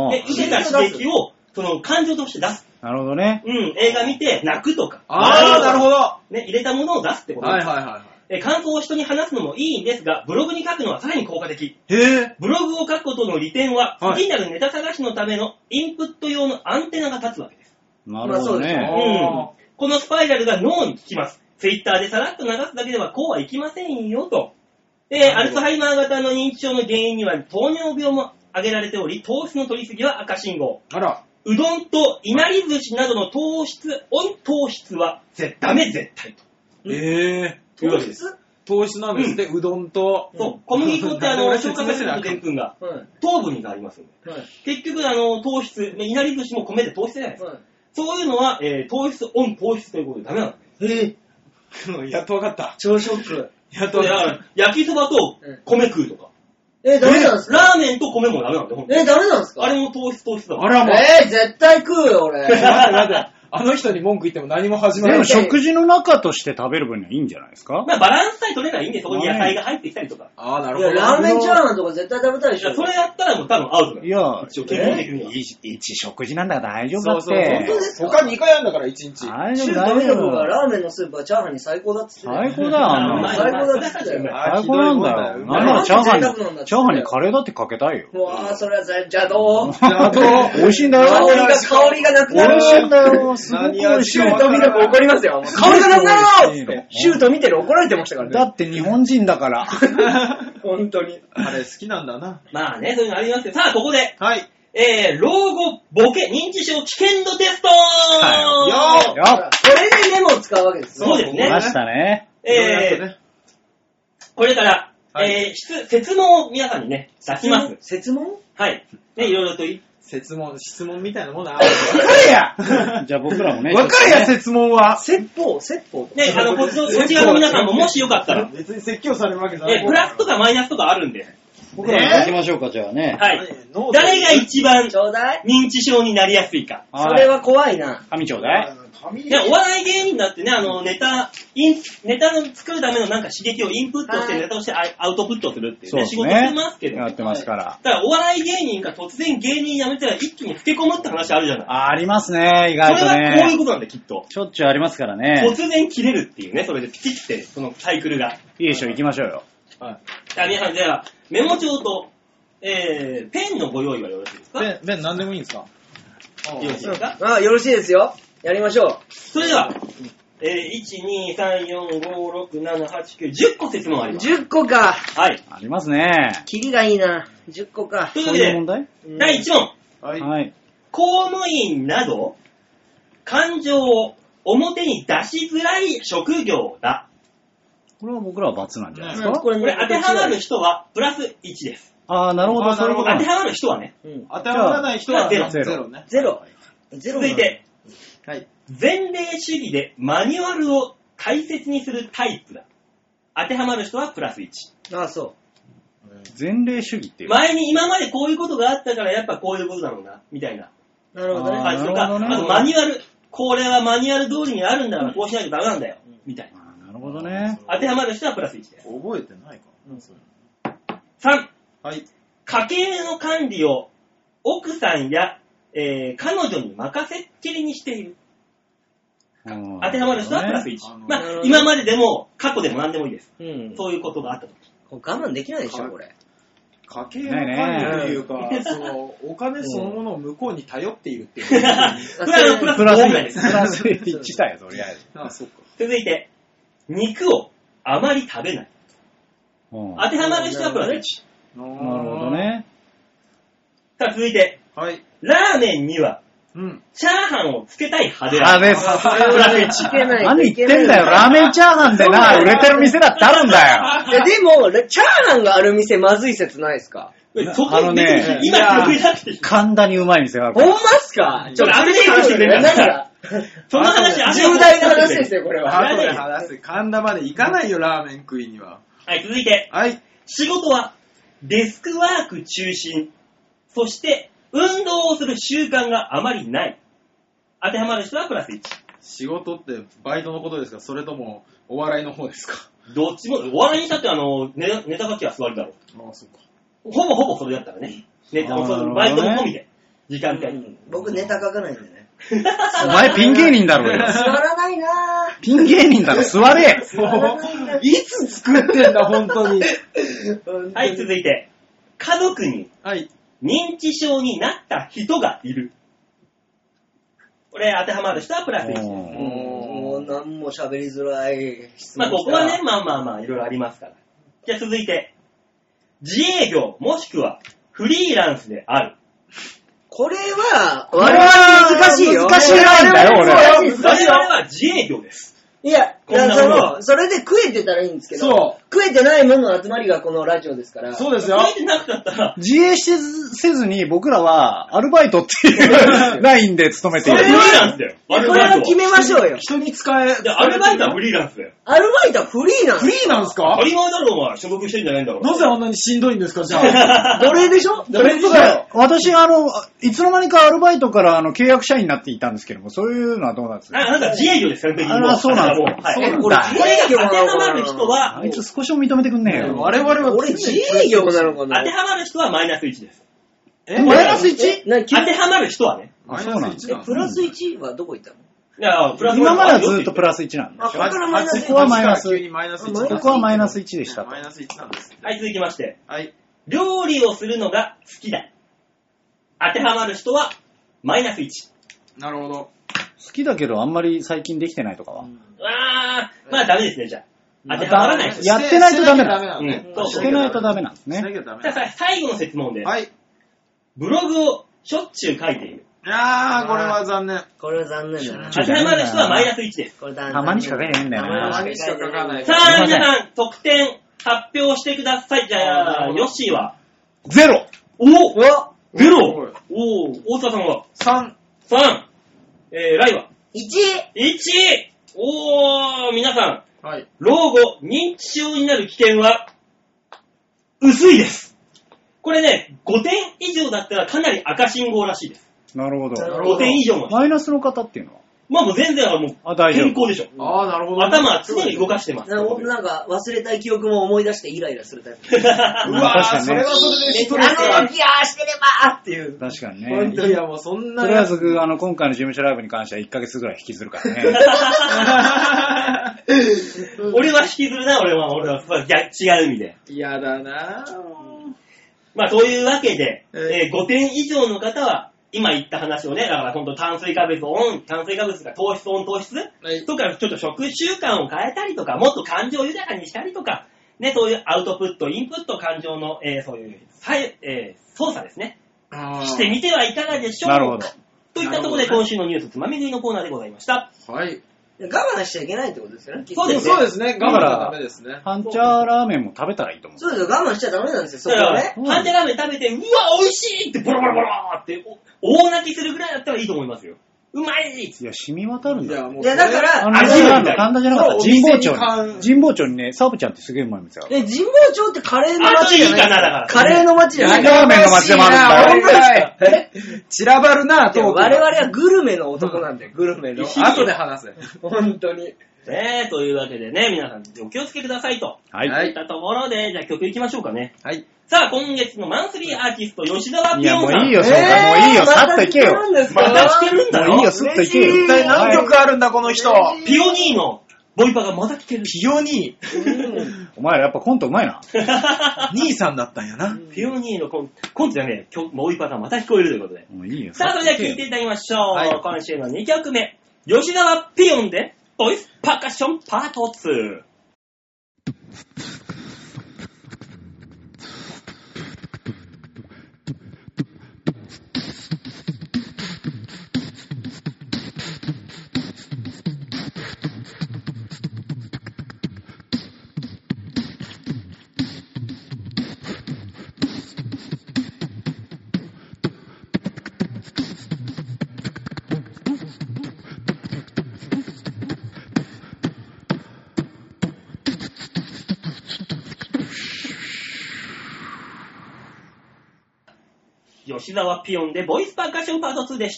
S1: で、受けた刺激をその感情として出す。
S3: なるほどね。
S1: うん、映画見て泣くとか。
S2: ああ、なるほど。
S1: ね、入れたものを出すってことです。
S2: はいはいはい。
S1: え感想を人に話すのもいいんですが、ブログに書くのはさらに効果的。
S2: へえ。
S1: ブログを書くことの利点は、はい、次なるネタ探しのためのインプット用のアンテナが立つわけです。
S3: なるほどね。
S1: うん。このスパイラルが脳に効きます。ツイッターでさらっと流すだけではこうはいきませんよと。で、アルツハイマー型の認知症の原因には糖尿病も挙げられており、糖質の取りすぎは赤信号。
S2: あら。
S1: うどんといなり寿司などの糖質、温糖質は絶ダメ絶対と。
S2: えぇ、
S1: ー。糖質
S2: 糖質なんですって、うん、うどんと。
S1: そう、小麦粉ってあの、消化させるでんぷんが、糖分になりますんで。はい、結局あの、糖質、いなり寿司も米で糖質じゃないですか。はい、そういうのは、えー、糖質、温糖質ということでダメなんです。
S2: えぇ、やっとわかった。
S4: 超ショック。
S1: やっとわかった。焼きそばと米食うとか。
S4: えー、ダメなんですか？
S1: ラーメンと米もダメなんだよ、ほんとに。
S4: えー、ダメなんですか？
S1: あれも糖質糖質だ
S2: から。あらま。
S4: えー、絶対食うよ、俺。
S2: 待って待って。あの人に文句言っても何も始まらない。
S3: でも食事の中として食べる分にはいいんじゃないですか？
S1: まあバランスさえ取れないいんで、そこに野菜が入ってきたりとか。
S2: ああ、なるほど。
S4: いや、ラーメンチャーハンとか絶対食べたいでしょ。
S1: それやったらもう多分アウトだよ。
S3: いや、
S1: 一応健康的には。
S3: 一食事なんだから大丈夫だって。
S2: そうそう。本当ですか？他にかいあんだからいちにち。
S3: 大丈夫
S4: だよ。シュート見たがラーメンのスープはチャーハンに最高だっつって。
S3: 最高だよ、あの。
S4: 最高だっつって。
S3: 最高なんだよ。なんならチャーハンに、チャーハンにカレーだってかけたいよ。
S4: うわぁ、それはじゃあどう？
S2: じゃあどう？
S3: 美味しいんだよ。
S4: 香りが、香りがなくなる。
S3: 美味しいんだよ。すごく美味しい。
S4: シュート見たら怒りますよ。香りがなくなるのって。シュート見てる怒られてましたからね。
S3: だって日本人だから。
S4: 本当に。
S2: あれ好きなんだな。
S1: まあね、そういうのありますけど、さあ、ここで。
S2: はい。
S1: えー、老後ボケ認知症危険度テスト
S3: はい。よ
S4: っ。これでメモを使うわけです
S1: ね。そうですね。
S3: 来ましたね。
S1: えー、これから、はい、えー、質、設問を皆さんにね、出します。
S4: 設問？
S1: はい。ね、いろいろとい
S2: 設問、質問みたいなもんだ。
S3: わかれやじゃあ僕らもね。
S2: わかれや、設問は。
S4: 説法、説法。
S1: ね、あの、こっちの、こちらの皆さんももしよかったら。
S2: 別に説教されるわけじゃない。
S1: え、プラスとかマイナスとかあるんで。
S3: 僕らも行きましょうか、じゃあね。
S1: はい。誰が一番
S4: ちょうだい
S1: 認知症になりやすいか。
S4: それは怖いな。
S3: 紙ちょうだい。
S1: ね、お笑い芸人だってね、あの、ネタ、イン、ネタの作るためのなんか刺激をインプットしてネタをしてアウトプットするっていうね、仕事してますけど。
S3: やってますから。
S1: だからお笑い芸人が突然芸人辞めたら一気に老け込むって話あるじゃない。
S3: あ、ありますね、意外とね。
S1: それはこういうことなんだよ、きっと。
S3: しょっちゅうありますからね。
S1: 突然切れるっていうね、それでピキって、そのサイクルが。
S3: いいでしょ、行きましょうよ。
S1: はい。じゃあ皆さん、じゃあ、メモ帳と、えー、ペンのご用意はよろしいですか？
S2: ペン、ペン何でもいいんですか？
S1: よろしいですか？
S4: あ、よろしいですよ。やりましょう。
S1: それでは、えー、いち、に、さん、よん、ご、ろく、なな、はち、きゅう、じゅっこ質問あります。
S4: じゅっこか。
S1: はい。
S3: ありますね。
S4: キリがいいな。じゅっこか。
S1: というわけで、
S3: 問題
S1: だいいち問。
S2: はい。
S3: はい。
S1: 公務員など、感情を表に出しづらい職業だ。
S3: これは僕らは×なんじゃないですか？
S1: これ当てはまる人はプラスいちです。
S3: ああ、なるほど、そういうこと
S1: 当てはまる人はね。
S2: うん、当てはまらない人はゼロ。ゼロね。
S4: ゼロ。
S1: 続いて、
S2: はい。
S1: 前例主義でマニュアルを大切にするタイプだ。当てはまる人はプラスいち。
S4: ああ、そう。
S3: 前例主義っていう。
S1: 前に今までこういうことがあったからやっぱこういうことだろうな、みたいな。
S4: なるほどね。
S1: はい、とか、あとマニュアル。これはマニュアル通りにあるんだからこうしないとダメなんだよ。みたいな。
S3: なるほどね。
S1: 当てはまる人はプラスいちです。
S2: 覚えてないか。うん、そう
S1: さん。
S2: はい。
S1: 家計の管理を奥さんや、えー、彼女に任せっきりにしている。当てはまる人はプラスいち。まあ、今まででも過去でも何でもいいです。うん、そういうことがあったとき。
S4: 我慢できないでしょ、これ。
S2: 家計の管理というか、その、お金そのものを向こうに頼っているっていう。これ
S1: はプラスごぐらいです。
S3: プラスいちだよ、とりあえず。
S2: ああ、そっか。
S1: 続いて、肉をあまり食べない。当てはまる人はプラスいち。
S3: なるほどね。
S1: さあ、続いて、
S2: はい。
S1: ラーメンには、うん、チャーハンをつけたい派である。
S3: 派です。プラスいち。何言ってんだよ。ラーメンチャーハンでな、売れてる店だってあるんだよ。
S4: いや、でも、チャーハンがある店まずい説ないですか？
S1: あのね、今食いなくて。
S3: 神田にうまい店がある。
S4: ほんまっすか？
S1: ちょっとあれで話してくれんだよ。その話、
S4: 重大な話ですよ、これは。
S2: 後で話す。神田まで行かないよ、ラーメン食いには。
S1: はい、続いて。
S2: はい。
S1: 仕事は、デスクワーク中心。そして、運動をする習慣があまりない。当てはまる人はプラスいち。
S2: 仕事ってバイトのことですか？それともお笑いの方ですか？
S1: どっちも、お笑いにしたってあの、ネタ、ネタ書きは座りだろう。
S2: ああ、そうか。
S1: ほぼほぼそれだったらね。ネタを、バイトも込みで。時間帯、うん。
S4: 僕ネタ書かないんでね。
S3: お前ピン芸人だろうよ。
S4: 座らないなぁ。
S3: ピン芸人だろ、座れ。
S2: いつ作ってんだ、本当に。
S1: はい、続いて。家族に認知症になった人がいる。これ当てはまる人はプラスいち。
S4: もう何も喋りづらい質問。
S1: まあここはね、まあまあまあいろいろありますから。じゃあ続いて。自営業もしくはフリーランスである。
S4: これは、我々難しいよ。
S3: 難しいなんだよ、俺。
S1: 我々は自営業です。
S4: いや、いやその、それで食えてたらいいんですけど、そう。食えてないものの集まりがこのラジオですから。
S2: そうですよ。
S1: 食えてなかったら。
S3: 自営せずに僕らはアルバイトっていうラインで勤めている。
S1: フリーランスだよ。
S4: これは決めましょうよ。
S2: 人に使え。
S1: アルバイトはフリーランスだよ。
S4: アルバイトはフリーランス。
S2: フリーなんすか？
S1: 当たり前だろ、お前。所属してんじゃないんだから。
S2: なぜあんなにしんどいんですか、じゃあ。
S4: 奴隷でしょ？
S3: 奴隷でしょ？私、あの、いつの間にかアルバイトからあの契約社員になっていたんですけども、そういうのはどうなんですか？
S1: あ、なんか自営業ですから、
S3: あ、そうなんです
S1: か。はい。これが当てはまる人は、
S3: あいつ少しも認めてくんねえよ。
S2: 我々は
S4: 俺自営業なのかな？
S1: 当てはまる人はマイナスいちです。
S2: え、マイナス いち？
S1: 当てはまる人はね。
S2: マイナスいち。
S4: え、プラスいちはどこ行ったの？
S1: いや、プラス
S3: 今まではずっとプラスいちなんだ。
S4: あ、ここからマイナスいち。
S3: ここはマイナス
S2: いち。
S3: ここはマイナスいちでした。
S2: マイナスいちなんです。
S1: はい、続きまして。
S2: はい。
S1: 料理をするのが好きだ。当てはまる人はマイナスいち。
S2: なるほど。
S3: 好きだけどあんまり最近できてないとかは。
S1: あー、まあダメですね、じゃあ。当てはまらない人。
S3: やってないとダメな
S2: のね。
S3: してないとダメなんですね。
S1: じゃあ最後の説問で。
S2: はい。
S1: ブログをしょっちゅう書いている。
S2: いやー、これは残念。
S4: これは残念だな。
S1: 当てはまる人はマイナスいちです。
S4: これ
S3: たまにしか書けないんだよ
S2: な。たまにしか書かない。
S1: さあ、皆さん、得点発表してください。じゃあ、ヨッシーは
S3: ゼロ。
S1: おおゼロおお大沢さんは
S2: さん。
S1: さん。えー、ライはい
S4: ち。
S1: いち。おー、皆さん。
S2: はい。
S1: 老後、認知症になる危険は、薄いです。これね、ごてん以上だったらかなり赤信号らしいです。
S3: なるほど。
S1: ごてん以上の人。
S3: マイナスの方っていうのは
S1: まあもう全然もう健康でしょ。
S2: ああ、なるほど。
S1: 頭は常に動かしてます。
S4: なんか忘れたい記憶も思い出してイライラするタイプ。
S2: うわぁ、それはそれでストレス
S4: あの時ああしてればっていう。
S3: 確かにね。
S2: 本当にいやもうそんな。
S3: とりあえず、あの、今回の事務所ライブに関してはいっかげつぐらい引きずるからね。
S1: 俺は引きずるな、俺は。俺は違う意味で。
S2: 嫌だなぁ。
S1: まあ、そういうわけで、えー、ごてん以上の方は、今言った話をね、だから本当炭水化物オン、炭水化物が糖質オン糖質、はい、とかちょっと食習慣を変えたりとか、もっと感情を豊かにしたりとか、ね、そういうアウトプット、インプット、感情の、えー、そういう、えー、操作ですね。してみてはいかがでしょうか。
S3: なるほど。
S1: といったところで今週のニュースつまみ食いのコーナーでございました。
S2: はい。
S4: 我慢しちゃいけないってことですよね。
S2: そうです、そうですね。我慢しちゃダメですね。
S3: 半茶ラーメンも食べたらいいと思う。
S4: そうですよ、我慢しちゃダメなんですよ、そこはね。
S1: 半茶ラーメン食べて、うわ、美味しいってボロボロボロって大泣きするぐらいだったらいいと思いますよ。うまい。
S3: いや、染み渡るんだよ。
S4: いや、だから、
S3: あの、味が簡単じゃなかった。神保町に。神保町にね、サブちゃんってすげえうまいんですよ。
S4: え、神保町ってカレーの街じゃない
S1: かな、だから。
S4: カレーの街じゃない。
S3: ラーメンの街でもあるんだよ。
S2: え散らばるな、トーク。
S4: 我々はグルメの男なんで、グルメの。
S2: 後で話せ。
S4: 本当に。
S1: ねえ、というわけでね、皆さんお気をつけくださいと。
S3: はい。
S1: といったところで、じゃあ曲いきましょうかね。
S2: はい。
S1: さあ、今月のマンスリーアーティスト、吉沢ピヨンさん。いや、
S3: もういいよ、紹介。もういいよ、さっと行けよ。
S1: また来てるんだよ。
S3: もういいよ、すっと行けよ。
S2: 一体何曲あるんだ、この人。
S1: ピオニーのボイパがまた来てる。
S2: ピオニー。
S3: お前らやっぱコントうまいな。
S2: 兄さんだったんやな。
S1: ピオニーのコンコントじゃねえ、ボイパがまた聞こえるということで。
S3: もういいよ。
S1: さあ、それでは聴いていただきましょう。はい、今週のにきょくめ。吉沢ピヨンで、ボイスパーカッションパートツー。吉沢ピヨンでボイスパーカッションパートツーでした。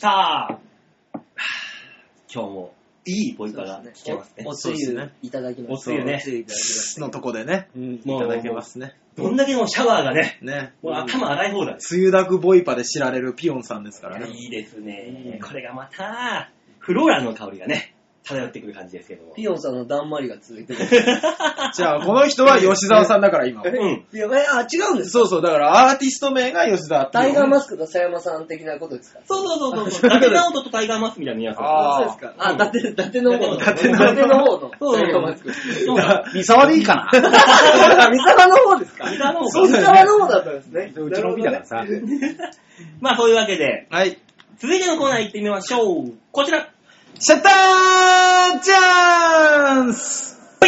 S1: 今日もいいボイパが聞けますね。
S4: おつゆいただきます。
S1: おつゆね。
S2: のとこでね、いただけますね。
S1: どんだけのシャワーがね、
S2: ね、
S1: もう頭洗い放題。
S2: つゆだくボイパで知られるピヨンさんですからね。
S1: いいですね。これがまた、フローラルの香りがね、漂ってくる感じですけども。
S4: ピヨンさんのだんまりが続いてる。
S2: じゃあ、この人は吉沢さんだから今。
S1: うん。
S4: いや、あ、違うんですか？
S2: そうそう、だからアーティスト名が吉沢
S4: ピヨン。タイガーマスクと佐山さん的なことですか？
S1: そうそうそうそう。伊達直人とタイガーマスクみたいな皆さん。
S4: ああ、そうですか。あ、伊達、伊達の方の。伊
S2: 達の
S4: 方の。
S1: そうそう
S4: マスク。
S3: 三沢でいいかな？
S4: 三沢の方ですか？
S1: 三沢の方。
S4: そう三沢の方だったんですね。
S3: うちの帯だからさ。
S1: まあ、そういうわけで。
S2: はい。
S1: 続いてのコーナー行ってみましょう。こちら。
S2: シャッターチャンス！
S1: はい。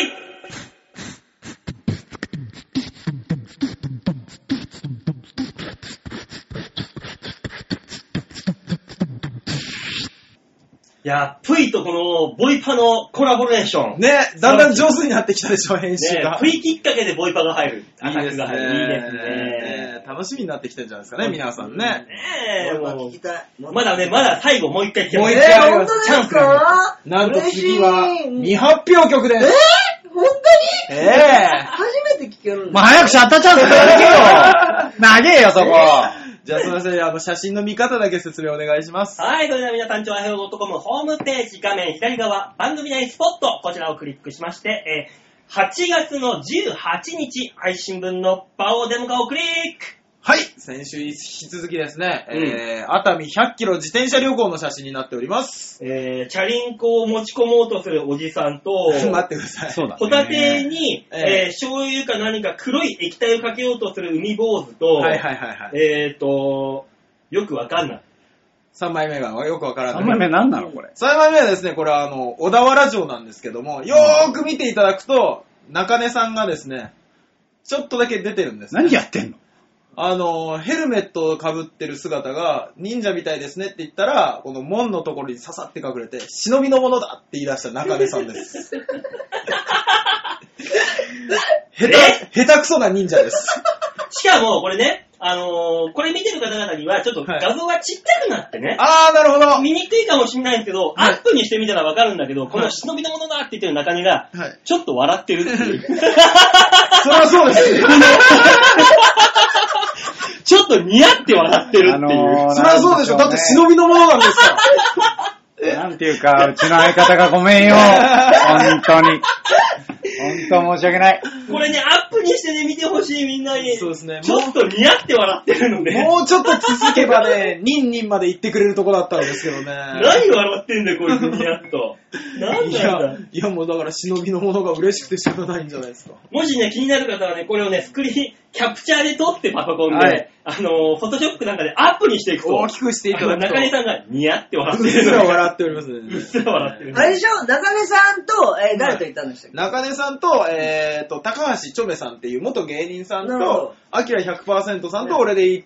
S1: いや、プイとこのボイパのコラボレーション。
S2: ね、だんだん上手になってきたでしょ、編集が。
S1: ね、プイきっかけでボイパが入る。
S2: いいですね。
S1: いいですね。
S2: 楽しみになってきてるんじゃないですかね、皆さんね。
S1: ねえ、もう
S4: 聞きたい。
S1: まだね、まだ最後もう一回聞き
S2: もう一
S4: 回
S2: あります。
S4: チャンスが
S2: なんと次は未発表曲です。
S4: えー、本当に？
S2: ええ
S4: 初めて聞けるんだ。
S3: まあ、早くシャッターチャンス投げよ投げよ、そこ。
S2: じゃあすみません、あの、写真の見方だけ説明お願いします。
S1: はい、それでは皆さん、ちょあへお .com ホームページ画面左側、番組内スポット、こちらをクリックしまして、えー、はちがつのじゅうはちにち、配信分のバオデモ化をクリック。
S2: はい、先週引き続きですね、
S1: うん、
S2: えー、熱海ひゃっキロ自転車旅行の写真になっております。
S1: えー、チャリンコを持ち込もうとするおじさんと、
S2: 待ってください。
S3: そうだ、ね。
S1: ホタテに、えー
S2: えー、
S1: 醤油か何か黒い液体をかけようとする海坊主と、
S2: はいはいはいはい。
S1: えーと、よくわかんない。
S2: さんまいめがよくわからない。
S3: さんまいめ何なのこれ。
S2: さんまいめはですね、これはあの、小田原城なんですけども、よーく見ていただくと、中根さんがですね、ちょっとだけ出てるんです、ね。
S3: 何やってんの？
S2: あの、ヘルメットを被ってる姿が忍者みたいですねって言ったら、この門のところに刺さって隠れて、忍びのものだって言い出した中根さんです。下手、下手くそな忍者です。
S1: しかも、これね、あのー、これ見てる方々には、ちょっと画像がちっちゃくなってね。
S2: あー、なるほど。
S1: 見にくいかもしれないんですけど、はい、アップにしてみたらわかるんだけど、この忍びのものだって言ってる中根が、はい、ちょっと笑ってるっていう。そり
S2: ゃそうですね。
S1: ちょっと似合って笑ってるっていう。あの
S2: ー、そりゃそうでしょ。だって忍びのものなんですから。
S3: なんていうか、うちの相方がごめんよ。本当に。本当申し訳ない。
S1: これね、アッアップにしてね、見てほしいみんなに。
S2: そうですね。
S1: ちょっと似合って笑ってるのね。
S2: もうちょっと続けばね、ニンニンまで行ってくれるとこだったんですけどね。
S1: 何笑ってんだよ、こいつニヤッと。なんだよ。
S2: いや、もうだから忍びのものが嬉しくて仕方ないんじゃないですか。
S1: もしね、気になる方はね、これをね、スクリーン、キャプチャーで撮ってパソコンで、はい、あの、フォトショップなんかでアップにしていくと。
S2: 大きくしていただくと。
S1: 中根さんがニヤって笑ってる。
S2: うっすら笑っておりますね。
S1: うっすら笑ってる。
S4: あれでしょ中根さんと、えー、誰と言ったんでしたっけ、
S2: 中根さんと、えーと、高橋ちょめさんっていう元芸人さんと、アキラ ひゃくパーセント さんと俺で行って、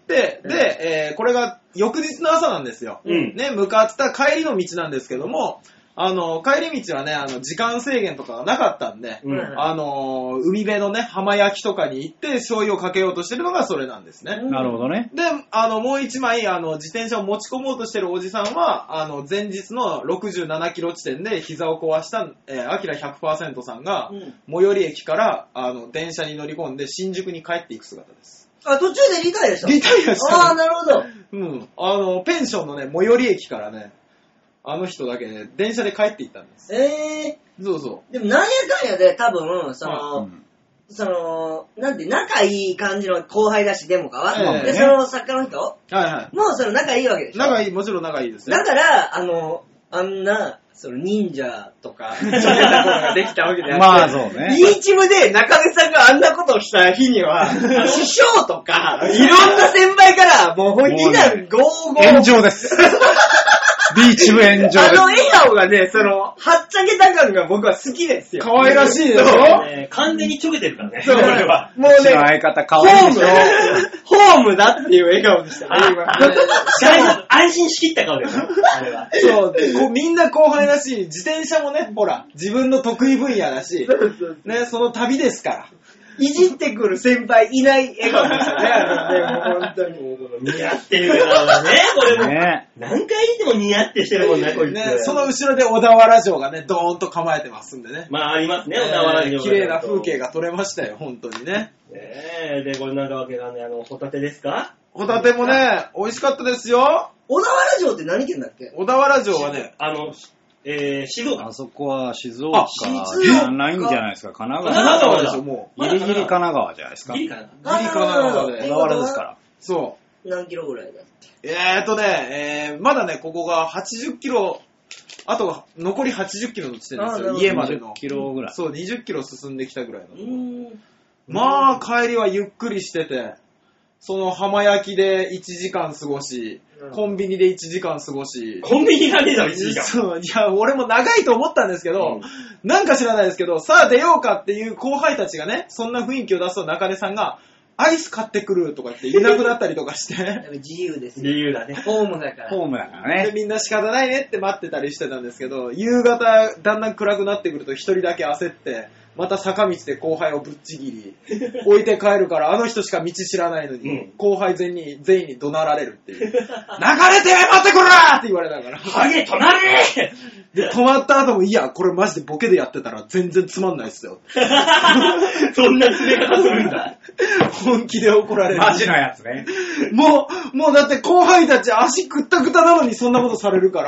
S2: で、えー、これが翌日の朝なんですよ。うん、ね、向かってた帰りの道なんですけども、あの、帰り道はね、あの、時間制限とかがなかったんで、うん、あの、海辺のね、浜焼きとかに行って、醤油をかけようとしてるのがそれなんですね。
S3: なるほどね。
S2: で、あの、もう一枚、あの、自転車を持ち込もうとしてるおじさんは、あの、前日のろくじゅうななキロ地点で膝を壊した、えー、アキラ ひゃくパーセント さんが、うん、最寄り駅から、あの、電車に乗り込んで、新宿に帰っていく姿です。
S4: あ、途中でリタイアした
S2: リタイアした、ね。
S4: ああ、なるほど。
S2: うん。あの、ペンションのね、最寄り駅からね、あの人だけね、電車で帰っていったんです。
S4: え
S2: ー。そうそう。
S4: でもなんやかんやで多分、その、うん、その、なんて、仲いい感じの後輩だし、デモかは。えー、で、その作家の人はいはい。もうその仲いいわけでしょ。
S2: 仲いい、もちろん仲いいですね。
S4: だから、あの、あんな、その忍者とか、そういったことができたわけであって。
S3: まあそうね。
S4: ビーチ部で中根さんがあんなことをした日には、師匠とか、いろんな先輩から、もう本気なるゴーゴー。
S3: 炎上です。ビーチ部炎上です。
S4: あの笑顔がね、その、はっちゃけた感が僕は好きですよ。
S2: 可愛らしいでしょ、
S1: ね、完全にちょけてるからね。
S4: そう、これは。もうね、
S3: 相方可愛いでしょ。
S4: ホームだっていう笑顔でしたね、
S1: 今。安心しきった顔ですよ、あれは。
S2: そう、こうみんな後輩だし、自転車もね、ほら、自分の得意分野だし、ね、その旅ですから。
S4: いじってくる先輩いない笑顔でしたね、あのね、もう本当に。
S1: 似合ってるからね、これも。ね、何回見ても似合ってしてるもんね、こいつ。
S2: ね、その後ろで小田原城がね、ドーンと構えてますんでね。
S1: まあ、ありますね、小田原城が。
S2: 綺麗な風景が撮れましたよ、本当にね。
S1: ねえ、で、これなんかわけがね、あの、ホタテですか？
S2: ホタテもね、美味しかったですよ。
S4: 小田原城って何県だっけ？
S2: 小田原城はね、
S1: あの、えー、静岡。
S3: あそこは静岡じゃないんじゃないですか。神奈川。
S2: 神奈川でしょ、も
S3: う。ギリギリ神奈川じゃないですか。
S1: ギリ神奈川。
S2: ギリ神奈川で。
S3: 小田原ですから。
S2: そう。
S4: 何キロぐらいだっけ？
S2: えーっとね、えー、まだね、ここがはちじゅっキロ、あとは残りはちじゅっキロの地点ですよ、家までの。
S3: にじゅっキロぐらい。
S2: そう、にじゅっキロ進んできたぐらいの。まあ、帰りはゆっくりしてて、その浜焼きでいちじかん過ごし、うん、コンビニでいちじかん過ごし。
S1: コンビニがねえだろ、いちじかん。
S2: そう、いや、俺も長いと思ったんですけど、うん、なんか知らないですけど、さあ出ようかっていう後輩たちがね、そんな雰囲気を出すと中根さんが、アイス買ってくるとか言っていなくなったりとかして。
S4: 自由ですよ。
S1: 自由だね。
S4: ホームだから。
S3: ホームだからね。
S2: で、みんな仕方ないねって待ってたりしてたんですけど、夕方だんだん暗くなってくると一人だけ焦って、また坂道で後輩をぶっちぎり、置いて帰るからあの人しか道知らないのに、うん、後輩全員に、全員に怒鳴られるっていう。流れて待ってこらーって言われながら。
S1: ハゲ止まれ
S2: ーで、止まった後も、いや、これマジでボケでやってたら全然つまんないっすよ。
S1: そんな詰め方するんだ。
S2: 本気で怒られる。
S3: マジのやつね。
S2: もう、もうだって後輩たち足くったくたなのにそんなことされるから。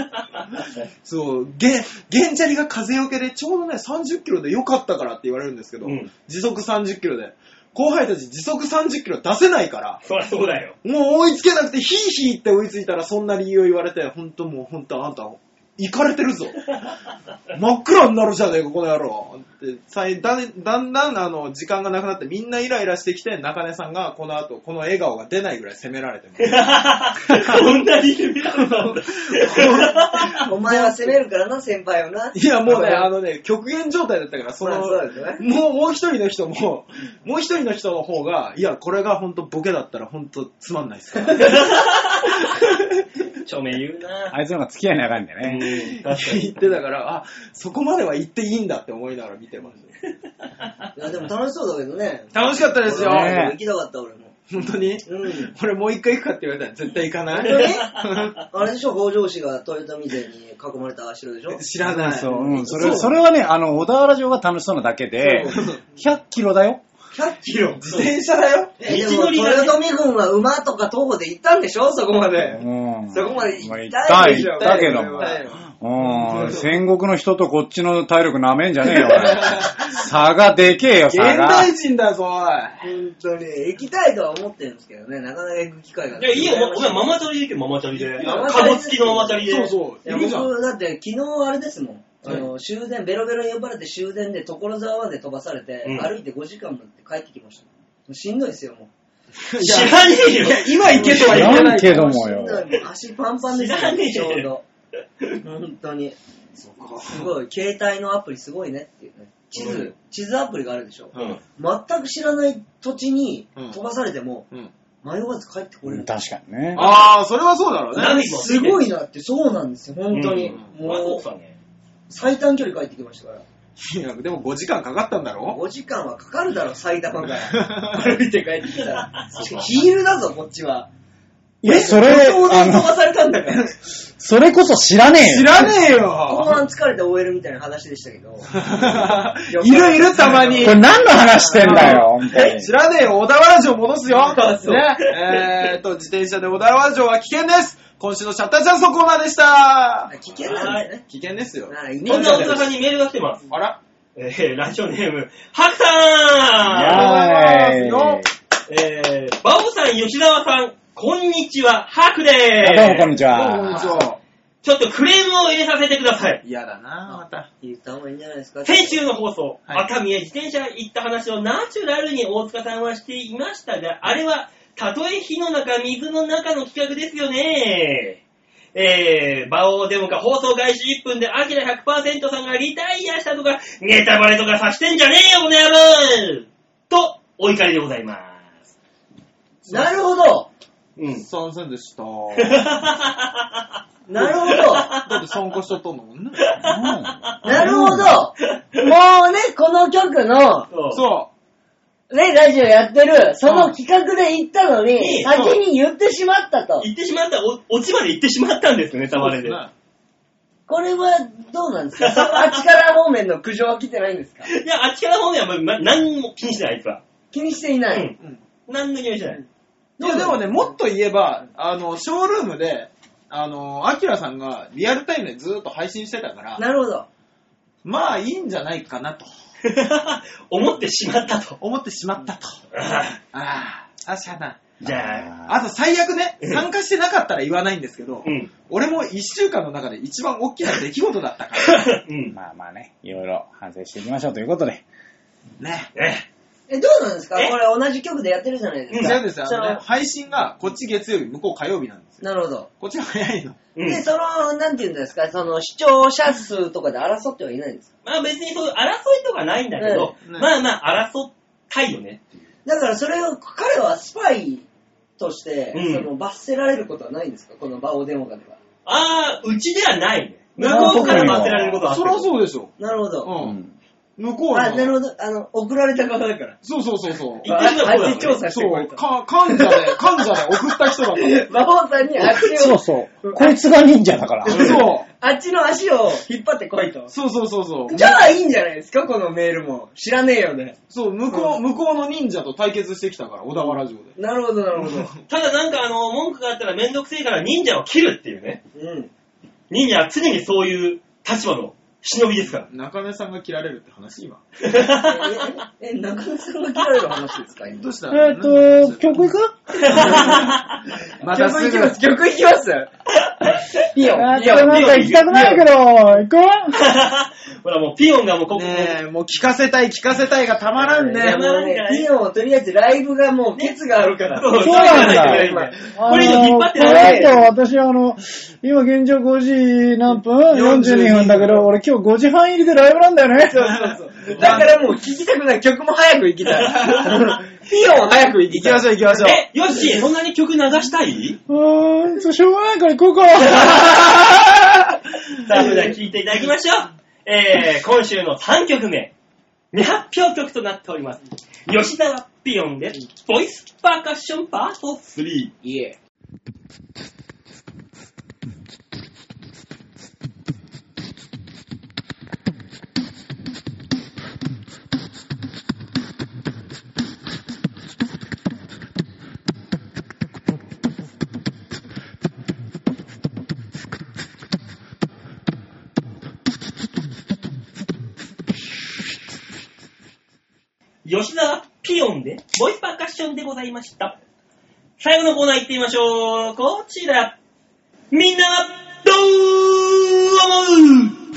S2: そう、ゲン、ゲンチャリが風よけでちょうどね、さんじゅっキロでよかったからって言われるんですけど、うん、時速さんじゅっキロで。後輩たち時速さんじゅっキロ出せないから。
S1: そりゃそうだよ。
S2: もう追いつけなくてヒーヒーって追いついたらそんな理由を言われて、ほんともうほんとあんた、行かれてるぞ。真っ暗になるじゃねえか、この野郎。ってだ, だんだんあの時間がなくなってみんなイライラしてきて、中根さんがこの後、この笑顔が出ないぐらい責められてます。
S1: そんなに責められたんだ。
S4: お前は責めるからな、先輩をな。
S2: いや、もうね、あのね、極限状態だったから、その、まあそうですね、もう、もう一人の人も、もう一人の人の方が、いや、これが本当ボケだったら本当つまんないっすから。
S1: 著名言うな。
S3: あいつの方が付き合い長いんだよね。
S2: 言ってたから、あ、そこまでは言っていいんだって思いながら見てました。
S4: いや、でも楽しそうだけどね。
S2: 楽しかったですよ。
S4: ね、行きたかった、俺も。
S2: 本当に、うん、俺もう一回行くかって言われたら絶対行かない。
S4: 本当にあれでしょ、北条氏が豊臣勢に囲まれた城でしょ。
S2: 知らない。
S3: そう、うん、それ、それはね、あの、小田原城が楽しそうなだけで、ひゃっキロだよ。
S4: ひゃっキロ。
S2: 自転車だよ。
S4: え、でも、豊臣軍は馬とか徒歩で行ったんでしょそこまで。うん。そこまで行ったんでしょ。
S3: 行ったけども。うん。戦国の人とこっちの体力なめんじゃねえよ。差がでけえよ、差が。
S2: 現代人だぞ、おい。
S4: 本当に。行きたいとは思ってるんですけどね、なかなか行く機会がない。
S1: いや、いいよ、お前ママチャリで行け、ママチャリで。カゴ付きのママチャリで。
S2: そうそう。
S4: いや、僕、だって昨日あれですもん。あの、終電、ベロベロに呼ばれて終電で所沢まで飛ばされて、うん、歩いてごじかん待って帰ってきました。もうしんどいですよ、もう。
S1: 知らねえよ。
S2: 今行けとは言わない
S3: けどもよ。
S4: 足パンパンですよ、ちょうど。本当に。すごい、携帯のアプリすごいねっていうね。地図、うん、地図アプリがあるでしょ。うん、全く知らない土地に飛ばされても、うん、迷わず帰ってこれる、うん。
S3: 確かにね。
S2: ああ、それはそうだろうね。
S4: すごいなって、そうなんですよ、本当に。うん、もう、最短距離帰ってきましたから。
S2: いや、でもごじかんかかったんだろ ?
S4: ご 時間はかかるだろ、埼玉から歩いて帰ってきたら。ヒールだぞ、こっちは。
S3: いや、それ、
S4: あの、飛ばされたんだから。
S3: それこそ知らねえよ。
S2: 知らねえよ。
S4: 後半疲れて終えるみたいな話でしたけど。
S2: いるいる、たまに。
S3: これ何の話してんだよ、本当に。
S2: 知らねえよ、小田原城戻すよ。ね。えーっと、自転車で小田原城は危険です。今週のシャッターチャンスのコーナーでした。
S4: 危険なんですね。
S2: 危険ですよ。
S1: こんな大塚さんにメールが来てます。
S2: あら
S1: えー、ラジオネーム、ハクさん。
S2: ありがとうございます。
S1: えー、バオさん、吉沢さん、こんにちは、ハクでーす。
S3: どうもこんにちは。
S2: どうもこんにちは。
S1: ちょっとクレームを入れさせてください。
S2: 嫌だなまた。
S4: 言った方がいいんじゃないですか。
S1: 先週の放送、
S2: はい、
S1: 熱海へ自転車行った話をナチュラルに大塚さんはしていましたが、あれは、たとえ火の中、水の中の企画ですよね。えー、バオデモカ放送開始いっぷんでアキラ ひゃくパーセント さんがリタイアしたとか、ネタバレとかさしてんじゃねえよ、この野郎と、お怒りでございます。
S4: なるほど。
S2: うん。すいませんでした。
S4: なるほど。
S2: だって参加しちゃったんだもんね。
S4: なるほど。もうね、この曲の、
S2: そう。
S4: ね、ラジオやってる、その企画で言ったのに、うん、先に言ってしまったと。
S1: 言ってしまった、お、オチまで言ってしまったんですよね、たまれで。
S4: これはどうなんですかあっちから方面の苦情は来てないんですか
S1: いや、あっちから方面はもう何も気にしてない、あいつは。
S4: 気にしていない。うん。
S1: うん、何も気にしてない。
S2: いや、でもね、もっと言えば、あの、ショールームで、あの、アキラさんがリアルタイムでずーっと配信してたから。
S4: なるほど。
S2: まあ、いいんじゃないかなと。
S1: 思ってしまったと。
S2: 思ってしまったと。ああ、あ、しゃあな。
S1: じゃ
S2: あ、あと最悪ね、参加してなかったら言わないんですけど、
S1: うん、
S2: 俺も一週間の中で一番大きな出来事だったから。
S3: うん、まあまあね、いろいろ反省していきましょうということで。
S2: ね。
S1: ね。
S4: え、どうなんですかこれ同じ曲でやってるじゃないですか。
S2: 違うんですよ。あのね、配信がこっち月曜日、向こう火曜日なんですよ。
S4: なるほど。
S2: こっちは早いの。
S4: うん、で、その、なんて言うんですか、その視聴者数とかで争ってはいないんですか。
S1: まあ別にそういう争いとかないんだけど、ねね、まあまあ争ったいよねっていう。
S4: だからそれを、彼はスパイとして、うん、その罰せられることはないんですかこのバオデモカでは。
S1: ああ、うちではないね。向こうから罰せられることはある。
S2: そりゃそうでしょ。
S4: なるほど。
S2: うん。向こうの。
S4: あ、なるほど。あの、送られた側だから。
S2: そうそうそうそう。
S1: 言ってみたら
S4: そうだ、ね。調査してこいと。
S2: そう。か、患者で、患者で送った人だから。
S4: 魔法さんにあっち
S3: を。そうそう。こいつが忍者だから。
S2: そう。
S4: あっちの足を引っ張ってこいと。
S2: そうそうそうそう。
S4: じゃあいいんじゃないですかこのメールも。知らねえよね。
S2: そう、向こう、うん、向こうの忍者と対決してきたから、小田原城で。
S4: なるほど、なるほど。
S1: ただなんかあの、文句があったらめんどくせえから忍者を切るっていうね。
S4: うん。
S1: 忍者は常にそういう立場の忍びですから。
S2: 中根さんが切られるって話今。
S4: え、え、中根さんが切られる話ですか今。
S2: どうした
S3: えっと、曲行く
S2: またすぐ。
S4: 曲行きます。曲行きますピヨン。
S3: ピヨン。なんか行きたくないけど、行こう
S1: ほらもうピヨンがもうここ。
S2: ねえ、もう聞かせたい聞かせたいがたまらんね。
S4: たまらんね。ピヨンはとりあえずライブがもうケツがあるから。
S1: そう
S3: なんだ。
S1: これ以上引っ張ってない。
S3: これと私あの、今現状ごじ何分 ?よんじゅうに 分だけど、俺今日ごじはん入りでライブなんだよね。
S4: そうそうそう。だからもう聞きたくない曲も早く行きたい。ピヨンは早く行きたい。
S2: 行きましょう行きましょう。
S1: え、ヨッシー、そんなに曲流したいう
S3: ーん、そうしょうがないから行こうか。
S1: さあ、それでは聴いていただきましょう。えー、今週のさんきょくめ、未発表曲となっております。吉沢ピヨンで、ボイスパーカッションパートスリー。
S2: イエー。
S1: 吉沢ピヨンで、ボイスパーカッションでございました。最後のコーナー行ってみましょう。こちら。みんなはどう思う？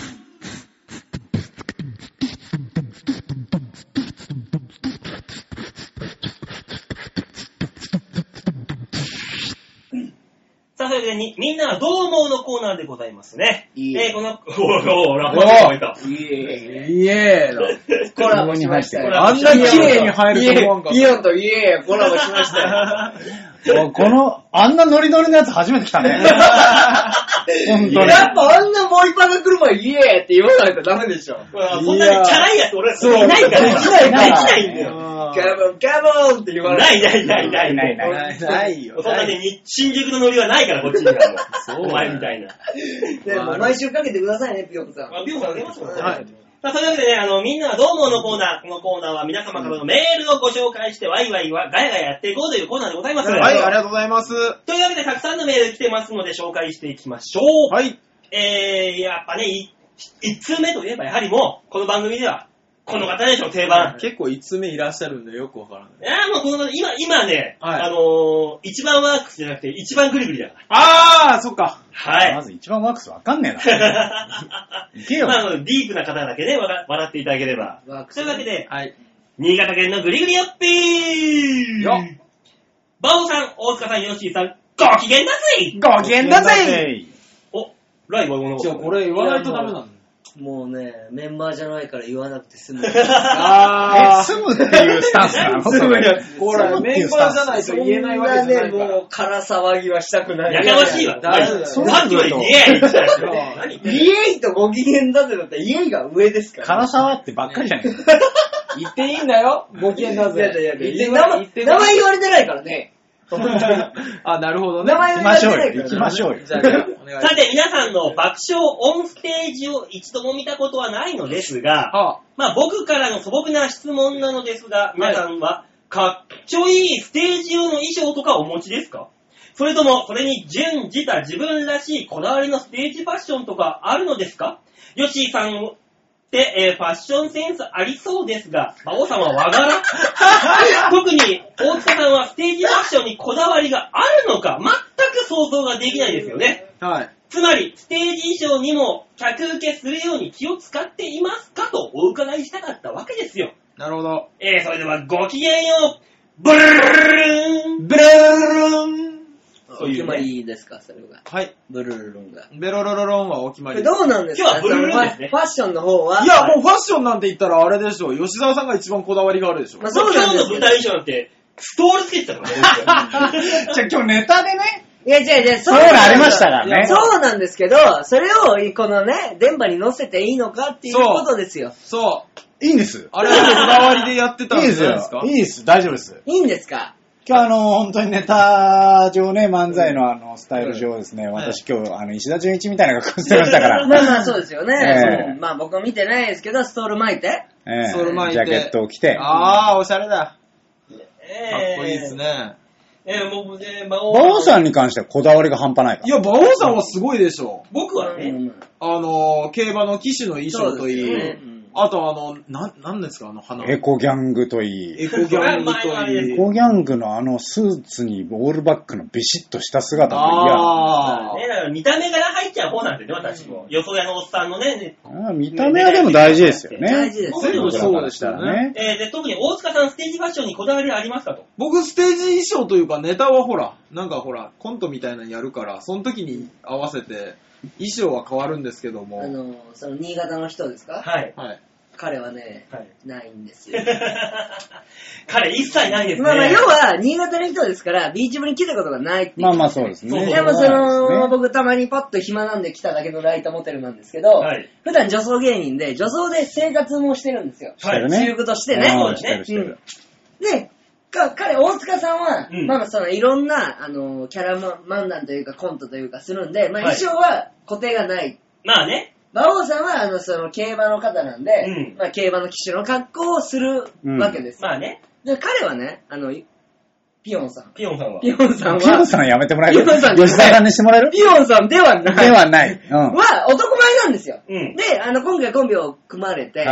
S1: さあ、それでに、みんなはどう思うのコーナーでございますね。
S4: いい
S1: えー、この、おーおー、ラッパーがいた。
S4: いえ
S2: いえー
S4: コラボしましたよ。
S2: あんな綺麗に入ると思わんかった。
S4: イオンとイエーコラボしましたよ。
S3: この、あんなノリノリのやつ初めて来たね。本当に。
S4: やっぱあんなボイパが来る前イエーって言わないとダメでしょ。
S1: そんなにチャラいやつ俺いないから。できないから。できないんだよ。
S4: カモン、カモンって言われ
S1: ないないないないない
S2: ないないよ。
S1: そんなに新宿のノリはないからこっちにはもう。お前みたいな。
S4: でも毎週かけてくださいね、ピヨコさん。
S1: あ、ピヨコさんあげますもんね。はい。さあ、というわけでね、あの、みんなはどう思うのコーナー。このコーナーは皆様からのメールをご紹介して、ワイワイはガヤガヤやっていこうというコーナーでございます。
S2: はい、ありがとうございます。
S1: というわけで、たくさんのメール来てますので、紹介していきましょう。
S2: はい。
S1: えー、やっぱね、い一通目といえば、やはりもう、この番組では、この方でしょ、定番。
S2: 結構一通目いらっしゃるんでよくわからない。
S1: いやもうこの方、今、今ね、
S2: はい、
S1: あのー、一番ワークスじゃなくて、一番グリグリだから。
S2: あー、そっか。
S1: はい。
S3: まず一番ワークスわかんねえな。いけよ。
S1: まあ、ディープな方だけね、笑っていただければ。
S4: ワークス
S1: というわけで、
S2: はい。
S1: 新潟県のグリグリよっぴー
S2: よっ
S1: バオさん、大塚さん、ヨッシーさん、ご機嫌だぜ
S2: ご機嫌だぜ
S1: お、ライブはこの
S2: じゃあこれ言わないとダメなの。
S4: もうね、メンバーじゃないから言わなくて済む。
S3: あー。え、済むっていうスタンスなの？
S2: 済むやつ。これ、メンバーじゃないと言えないわけじゃないから。
S4: そんなね、もう、空騒ぎはしたくない。
S1: やかましいわ。
S4: 大丈夫だよ。
S1: さっきまでイエーイって
S4: 何イエーイとご機嫌だぜだったらイエーイが上ですから。
S3: 空騒ってばっかりじゃねえか。
S2: 言っていいんだよ。ご機嫌だぜ。
S4: いやいやいや、名前言われてないからね。
S2: あ、なるほどね。
S4: 名前言われてないから。
S3: 行きましょうよ。
S2: じゃあ、お願いします。
S1: さて、皆さんの爆笑オンステージを一度も見たことはないのですが、
S2: はあ、
S1: まあ僕からの素朴な質問なのですが、皆さんはかっちょいいステージ用の衣装とかお持ちですか？それとも、それに準じた自分らしいこだわりのステージファッションとかあるのですか？ヨッシーさんって、えー、ファッションセンスありそうですが、馬王さんは和柄特に大塚さんはステージファッションにこだわりがあるのか、全く想像ができないですよね。
S2: はい。
S1: つまり、ステージ衣装にも客受けするように気を使っていますかとお伺いしたかったわけですよ。
S2: なるほど。
S1: えー、それではごきげんよう。ブルルルルン
S2: ブルルルン
S4: お決まりですか、それが。
S2: はい。
S4: ブルルルンが。
S2: ベロロロロンはお決まり。
S4: どうなんですか？
S1: 今日はブルルルンですね。
S4: ファッションの方は。
S2: いや、もうファッションなんて言ったらあれでしょ。吉沢さんが一番こだわりがあるでしょ。
S1: まあ、そうなんですよ。今日の舞台衣装なんて、ストールつけてたからね。
S3: じゃあ今日ネタでね。
S4: いや、違う違う、
S3: そういうのありましたからね。
S4: そうなんですけど、それを、このね、電波に乗せていいのかっていうことですよ。
S2: そう。
S3: いいんです。
S2: あれはこだわりでやってたんじゃないですか？
S3: いいですよ。いいです。大丈夫です。
S4: いいんですか？
S3: 今日あの、本当にネタ上ね、漫才のあの、スタイル上ですね、うん、私今日、あの、石田純一みたいな格好してましたから。
S4: まあまあそうですよね。えー、まあ僕は見てないですけど、ストール巻いて。
S3: えー、
S2: ストール巻いて。
S3: ジャケットを着て。
S2: あー、おしゃれだ。
S1: えー、か
S2: っこいいですね。
S1: えー、僕ね、
S3: 馬王さんに関してはこだわりが半端ないから。
S2: いや、馬王さんはすごいでしょ。
S1: 僕はね、
S2: あの、競馬の騎手の衣装といい、あとあの、な、なんですかあの花。
S3: エコギャングといい。
S2: エコギャングといい。
S3: エコギャングのあのスーツにオールバックのビシッとした姿も
S1: 嫌。ああ。ね、だから見た目から入っちゃう方なんですよね、私も。よそ屋のおっさんのね。
S3: あ見た目はでも大事ですよね。
S4: 大事です。
S2: 全部そうでしたね。
S1: えー、で、特に大塚さんステージファッションにこだわりありますかと。
S2: 僕ステージ衣装というかネタはほら、なんかほら、コントみたいなのやるから、その時に合わせて衣装は変わるんですけども。
S4: あの、その新潟の人ですか？
S1: はい。
S2: はい。
S4: 彼はね、はい、ないんですよ。
S1: 彼一切ないですね。
S4: まあまあ、要は、新潟の人ですから、ビーチ部に来たことがないっていう。
S3: まあまあそうですね。
S4: でもその、ね、僕たまにパッと暇なんで来ただけのライトモテルなんですけど、はい、普段女装芸人で、女装で生活もしてるんですよ。
S3: はい。
S4: 私服としてね。
S3: そうですね。
S4: で、彼、大塚さんは、うん、まあまあその、いろんな、あの、キャラ漫談というかコントというかするんで、まあ衣装は固定がない。
S1: まあね。
S4: 馬王さんは、あの、その、競馬の方なんで、うん、まあ、競馬の騎手の格好をするわけです。
S1: うん、まあね。
S4: で、彼はね、あの、ピヨンさん。
S1: ピヨンさんは
S4: ピヨンさんは。
S3: ピヨンさんやめてもらえる？
S4: ピヨンさん
S3: 吉田さんにしてもらえる？
S4: ピヨンさんではない。
S3: ではない。うん。
S4: は、男前なんですよ。
S1: うん。
S4: で、あの、今回コンビを組まれて、はい。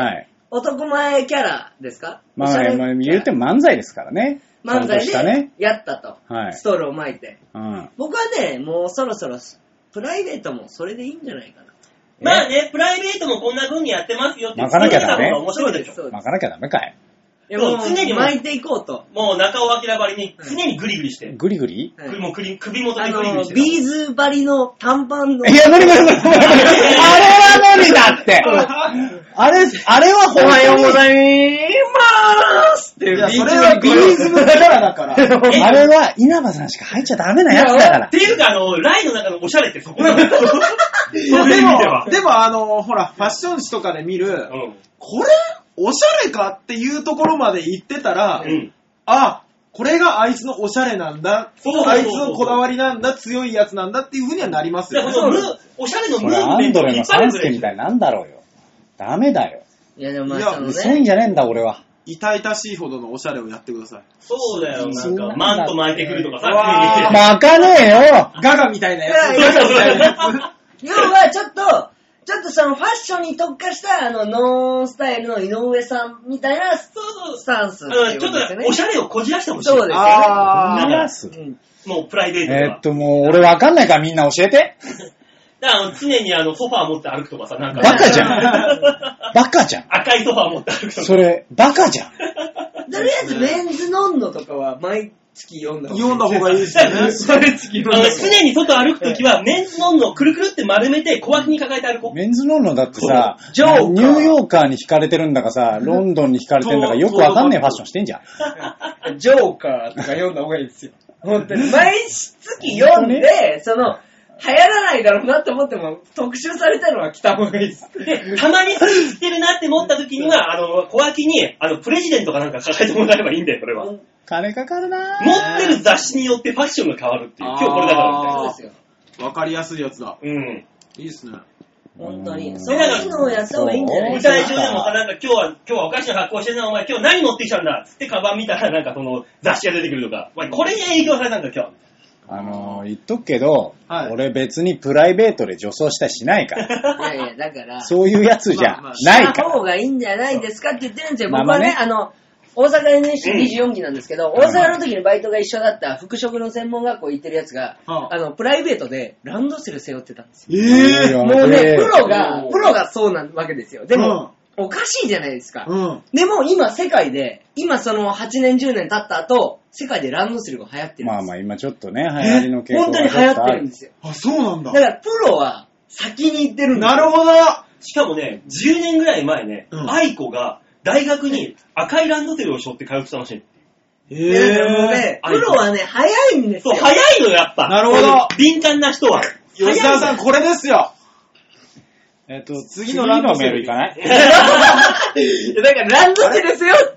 S4: 男前キャラですか？
S3: まあ、まあ、言うても漫才ですからね。
S4: 漫才でやったと。はい、ストローを巻いて、うん。僕はね、もうそろそろプライベートもそれでいいんじゃないかな。
S1: まあね、プライベートもこんな風にやってますよって
S3: 巻かなきゃダメ。
S1: 面白いでしょ。
S3: 巻かなきゃダメかい。
S4: いやもう常に巻いていこうと。
S1: もう中尾明張りに常にグリグリして。
S3: グリグリ？
S1: はい、もう首元でグリグリして。
S4: ビーズ張りの短パンの。
S3: いや、無理無理無理無理。あれは無理だって。あれ、あれは
S4: おはようございますって。
S2: いや、それはビーズのキャラだから。
S3: あれは稲葉さんしか入っちゃダメなやつだから。
S1: っていうか、あの、ライの中のおしゃれってそこなんだよ。
S2: でも、でもあの、ほら、ファッション誌とかで見る、うん、これおしゃれかっていうところまで行ってたら、うん、あ、これがあいつのおしゃれなんだ、あいつのこだわりなんだ、強いやつなんだっていう風にはなりますよね。
S1: おしゃれのム
S3: ーブメントにいっぱいある。アンドレのサンスケみたいなんだろうよ。ダメだよ。
S4: いやでもまあ、
S3: ね、そういうんじゃねえんだ俺は。
S2: 痛々しいほどのおしゃれをやってください。
S1: そうだよ、なんかマント巻いてくるとかさ。
S3: 巻かねえよ。
S2: ガガみたいなやつ。ガガみたいなやつ。
S4: 要はちょっと、ちょっとそのファッションに特化したあのノンスタイルの井上さんみたいなスタンスっていう、ね、
S1: ちょっとおしゃれをこじらしてほしい。
S4: そうですよね。
S3: あ
S1: ーもうプライベートで
S3: は。えー、っともう俺わかんないからみんな教えて。
S1: だから常にあのソファー持って歩くとかさ、なんか。
S3: バカじゃん。バカじゃん。
S1: 赤いソファー持って歩くとか。
S3: それ、バカじゃん。
S4: とりあえずメンズノンノとかは毎月読んだ方がいい。
S2: 読んだ方がいいですよね。それ月読んだ方がいい。
S1: 常に外歩くときはメンズノンノをくるくるって丸めて小脇に抱えて歩こう。
S3: メンズノンノだってさ、ニューヨーカーに惹かれてるんだかさ、ロンドンに惹かれてるんだかよくわかんないファッションしてんじゃ
S4: ん。ジョーカーとか読んだ方がいいですよ。本当に。毎月読んで、その、流行らないだろうなって思っても、特集されたのは着た方がいいです。
S1: で、たまに服着てるなって思った時には、あの、小脇に、あの、プレジデントかなんか抱えてもらえばいいんだよ、これは。
S3: 金かかるなぁ。
S1: 持ってる雑誌によってファッションが変わるっていう。今日これだからみたいな。
S4: そうですよ。
S2: わかりやすいやつだ。
S1: うん。
S2: いいっすね。
S4: 本当に。そういうのをやった方がいいんじゃない
S1: ですか。舞台上でもさ、なんか今日は、今日はおかしな格好してるな、お前今日何持ってきたんだつってカバン見たらなんかその雑誌が出てくるとか。お前これに影響されたんだ今日。
S3: あのー、言っとくけど、はい、俺別にプライベートで女装したりしないから。
S4: いやいや、だから。
S3: そういうやつじゃないから。
S4: した方がいいんじゃないですかって言ってるんですよ。僕はね、あの、大阪 エヌエスシーにじゅうよんきなんですけど、うん、大阪の時にバイトが一緒だった服飾の専門学校行ってるやつが、うん、あの、プライベートでランドセル背負ってたんですよ。
S2: えー、
S4: もうね、プロが、プロがそうなわけですよ。でも、うん、おかしいじゃないですか。うん、でも今世界で、今そのはちねんじゅうねん経った後、世界でランドセルが流行ってるんですよ。
S3: まあまあ今ちょっとね、流行りの傾向が
S4: 本当に流行ってるんですよ。
S2: あ、そうなんだ。
S4: だからプロは先に行ってるんですよ。
S2: なるほど。
S1: しかもね、じゅうねんぐらい前ね、うん、愛子が大学に赤いランドセルを背負って通ってたらしい。
S4: えー、もうね、プロはね、早いんですよ。
S1: そう、早いのやっぱ。
S2: なるほど。
S1: 敏感な人は。
S2: 吉沢さん、これですよ。
S3: えっと、次のランドセルいかない
S4: だからランドセル背負って、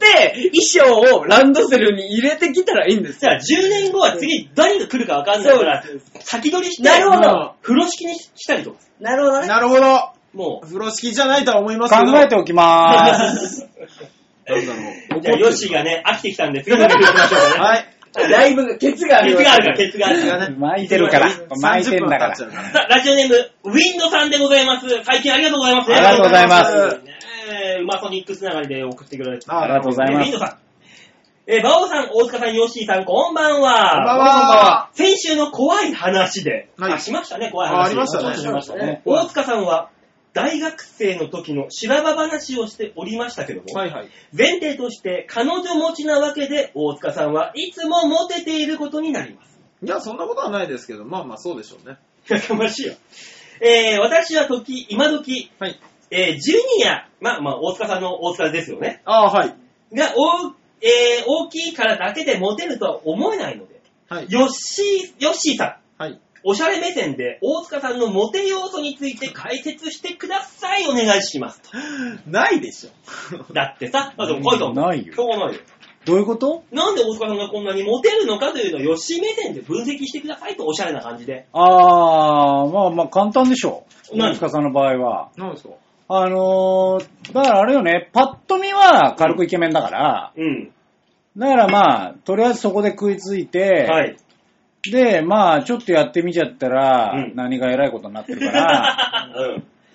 S4: 衣装をランドセルに入れてきたらいいんですよ。
S1: じゃあじゅうねんごは次何が来るか分かんないから、先取りして、
S4: なるほど。
S1: 風呂敷にしたりとか。
S4: なるほどね。
S2: なるほど。
S1: もう。
S2: 風呂敷じゃないとは思いますけど。
S3: 考えておきまーす。
S2: なんだろう。
S1: じゃあヨッシーがね、飽きてきたんで、次のメール行きましょうかね。
S2: はい。
S4: だいぶ、ケツがある。
S1: ケツがあるから、ケツがあるから。
S3: 巻いてるから。巻いてんだから。
S1: さあ、ラジオネーム、ウィンドさんでございます。最近ありがとうございます。
S3: ありがとうございます。
S1: えー、ウマソニックつながりで送ってくれた。
S3: ありがとうございます。
S1: ウィンドさん。えー、バオさん、大塚さん、ヨッシーさん、こんばんは。
S2: こんばんは。
S1: 先週の怖い話で、
S2: はい、
S1: あ、しましたね、怖い話。
S2: あ、ありましたね。
S1: しましたね。大塚さんは、大学生の時の修羅場話をしておりましたけども、
S2: はいはい、
S1: 前提として彼女持ちなわけで大塚さんはいつもモテていることになります。
S2: いや、そんなことはないですけど、まあまあそうでしょうね。
S1: やかましいよ。えー、私は時、今時、はい、えー、ジュニア、まあまあ大塚さんの大塚ですよね。
S2: ああ、はい。
S1: が、おえー、大きいからだけでモテるとは思えないので、はい、ヨッシー、ヨッシーさん。はい。おしゃれ目線で大塚さんのモテ要素について解説してください。お願いしますと。
S2: ないでし
S1: ょ。だってさ、あ、でも書いてある。
S3: ないよ。
S1: しょうがないよ。
S3: どういうこと？
S1: なんで大塚さんがこんなにモテるのかというのをヨッシー目線で分析してくださいと、おしゃれな感じで。
S3: あー、まあまあ簡単でしょう。
S1: 大
S3: 塚さんの場合は。
S2: 何ですか？
S3: あのー、だからあれよね、パッと見は軽くイケメンだから、うん。だからまあ、とりあえずそこで食いついて、はい。で、まあ、ちょっとやってみちゃったら、うん、何が偉いことになってるから、うん、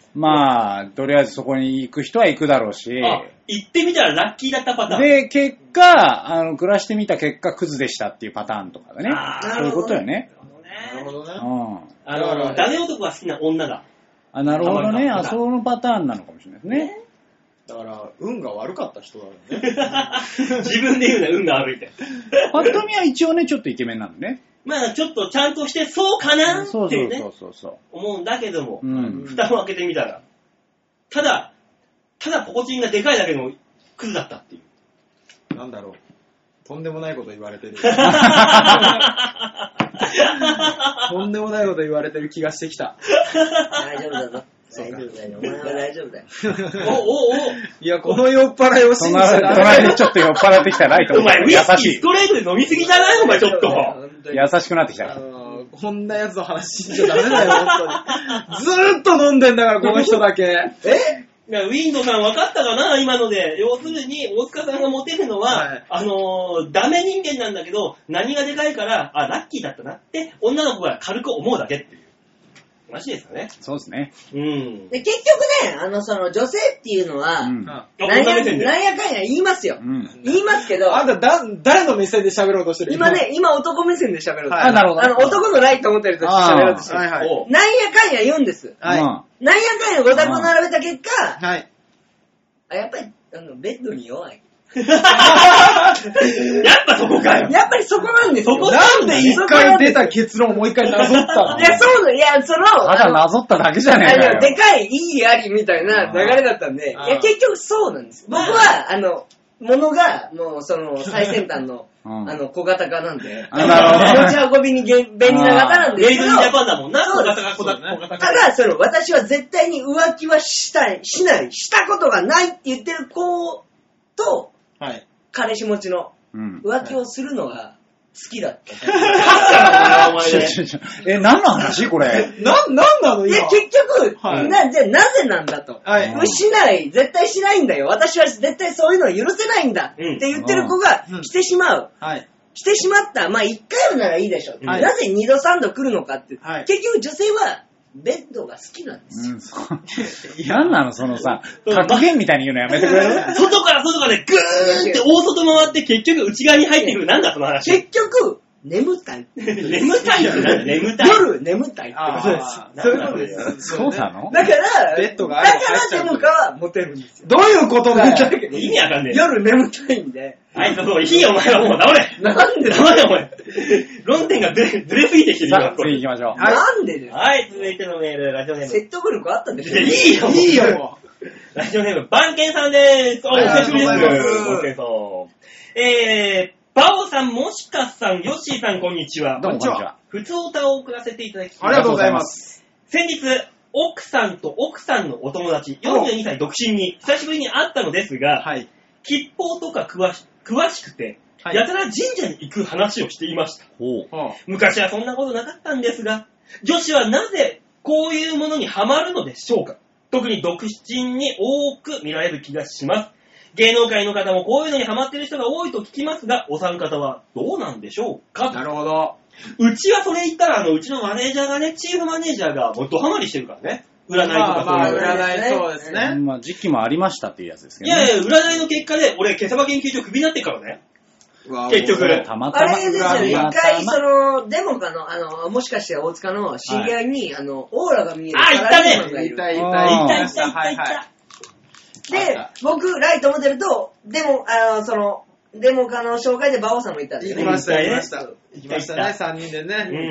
S3: まあ、とりあえずそこに行く人は行くだろうし。
S1: あ、行ってみたらラッキーだったパターン。
S3: で、結果、あの、暮らしてみた結果、クズでしたっていうパターンとかだね。
S1: あ
S3: そういうことよね。
S2: なるほどね。
S3: うん。
S1: あの、ダメ男が好きな女だ。
S3: あ、なるほどね。あ、そのパターンなのかもしれないですね。
S2: だから、運が悪かった人だよね。
S1: 自分で言うな、運が悪いって。
S3: パッと見は一応ね、ちょっとイケメンなのね。
S1: まあ、ちょっとちゃんとしてそうかなって
S3: そうそう
S1: ね
S3: そうそうそう。
S1: 思うんだけども、
S3: うん。
S1: 蓋を開けてみたら、ただ、ただポコチンがでかいだけのクズだったっていう。
S2: なんだろう。とんでもないこと言われてる。とんでもないこと言われてる気がしてきた。
S4: 大丈夫だぞ。大丈夫だよ。お前は大丈夫だよ。
S1: おおお
S2: いや、この酔っ払いを信じちゃダメ。
S3: 隣でちょっと酔っ払ってきたライト。
S1: お前、ウイスキー
S3: 優しい
S1: ス。トレートで飲みすぎじゃないお前、ちょっと。
S3: 優しくなってきたから。
S2: こんなやつの話信じちゃダメだよ、本当に。ずーっと飲んでんだから、この人だけ。
S1: えウィンドさん分かったかな今ので。要するに、大塚さんがモテるのは、はい、あのー、ダメ人間なんだけど、何がでかいから、あ、ラッキーだったなって、女の子が軽く思うだけっていう話ですよね。
S3: そうですね。
S1: うん。
S4: で、結局ね、あの、その、女性っていうのは、うん、何や、何やかんや言いますよ。うん、言いますけど、
S2: あんただ、誰の目線で喋ろうとしてる
S4: 今ね、今男目線で喋ろうとしてる。
S3: はい、あ、なるほど。
S4: あの、男のライト持ってると喋ろうとしてる。はいはい、何やかんや言うんです。
S2: はい。
S4: 何やかんやごたくを並べた結果、
S2: はい。
S4: あ、やっぱり、あの、ベッドに弱い。
S1: やっぱそこかよ。
S4: やっぱりそこなんですよ。そこ
S2: なんで一回出た結論をもう一回なぞったの
S4: いや、そうの、いや、その、
S3: ただなぞっただけじゃねえかよ。
S4: でかい、いいありみたいな流れだったんで、いや、結局そうなんです。僕は、あの、ものが、もう、その、最先端の、うん、あの、小型化なんで、持ち運びに便利な型なんですけど、
S1: メイドインジャパンだもんな、小型化、小型
S4: 化。ただ、その、私は絶対に浮気はしたい、しない、したことがないって言ってる子と、
S2: はい。
S4: 彼氏持ちの浮気をするのが好きだった。
S3: え、何の話これ。
S2: な、なんなの今。
S4: いや、結局、はい、な、じゃなぜなんだと。はい。しない、絶対しないんだよ。私は絶対そういうのを許せないんだ。って言ってる子がしてしまう。
S2: うん、はい。
S4: してしまった。まあ、一回ならいいでしょ。はい、なぜ二度三度来るのかって。はい、結局女性は、ベッドが好きなんですよ。
S3: うん、何なのそのさ、格言みたいに言うのやめてくれる
S1: 外から外からグーンって大外回って結局内側に入ってくる。なんだその話。
S4: 結局、眠たい。
S1: 眠たいってなんだ眠たい。
S4: 夜眠たいってことです。そういうことです。
S3: そうなの
S4: だから、
S2: ベッドが
S4: だからデモカはモテるんですよ。
S2: どういうことだよ。
S1: 意味わかんねえ。
S4: 夜眠たいんで。
S1: あいつそう、いいよお前はもう黙れ。
S4: なんで
S1: 黙れお前。論点がずれ、ずれすぎてきてる
S3: よ。次行きましょう。
S4: なんでですか
S1: はい、続いてのメール、ラジオネーム。
S4: 説得力あったんでしょ
S1: いいよ
S2: いいよも
S1: う。ラジオネーム、バンケンさんでーす。お久しぶりです。バンケンさん。えー、バオさん、もしかさん、ヨッシーさん、こんにちは。
S3: どうもこんにちは。
S1: 普通歌を送らせていただき、
S2: ありがとうございます。
S1: 先日、奥さんと奥さんのお友達、よんじゅうにさい独身に久しぶりに会ったのですが、はい、吉報とか詳し詳しくて、はい、やたら神社に行く話をしていました。
S3: ほう
S1: 昔はそんなことなかったんですが、女子はなぜこういうものにハマるのでしょうか。特に独身に多く見られる気がします。芸能界の方もこういうのにハマってる人が多いと聞きますが、お三方はどうなんでしょうか。
S2: なるほど。
S1: うちはそれ言ったら、あの、うちのマネージャーがね、チーフマネージャーがもうドハマりしてるからね。占いとかそういうの。
S2: まあ、占いそうですね。
S3: まあ、時期もありましたっていうやつですけど
S1: ね。いやいや、占いの結果で、俺、ケサバ研究所クビになってっからね。結局。
S3: たまたま。
S4: あれですよね、一回、その、デモカの、あの、もしかして大塚の知り合いに、はい、あの、オーラが見える。
S1: あ、いたね。
S2: いたいたいた。
S1: いたいたいたいた。
S4: で、僕、ライトモデルと、でも、あの、その、デモカの紹介で馬王さんもいたんですよね。
S2: 行きました、行きました。行きましたね、さんにんでね。
S1: うん。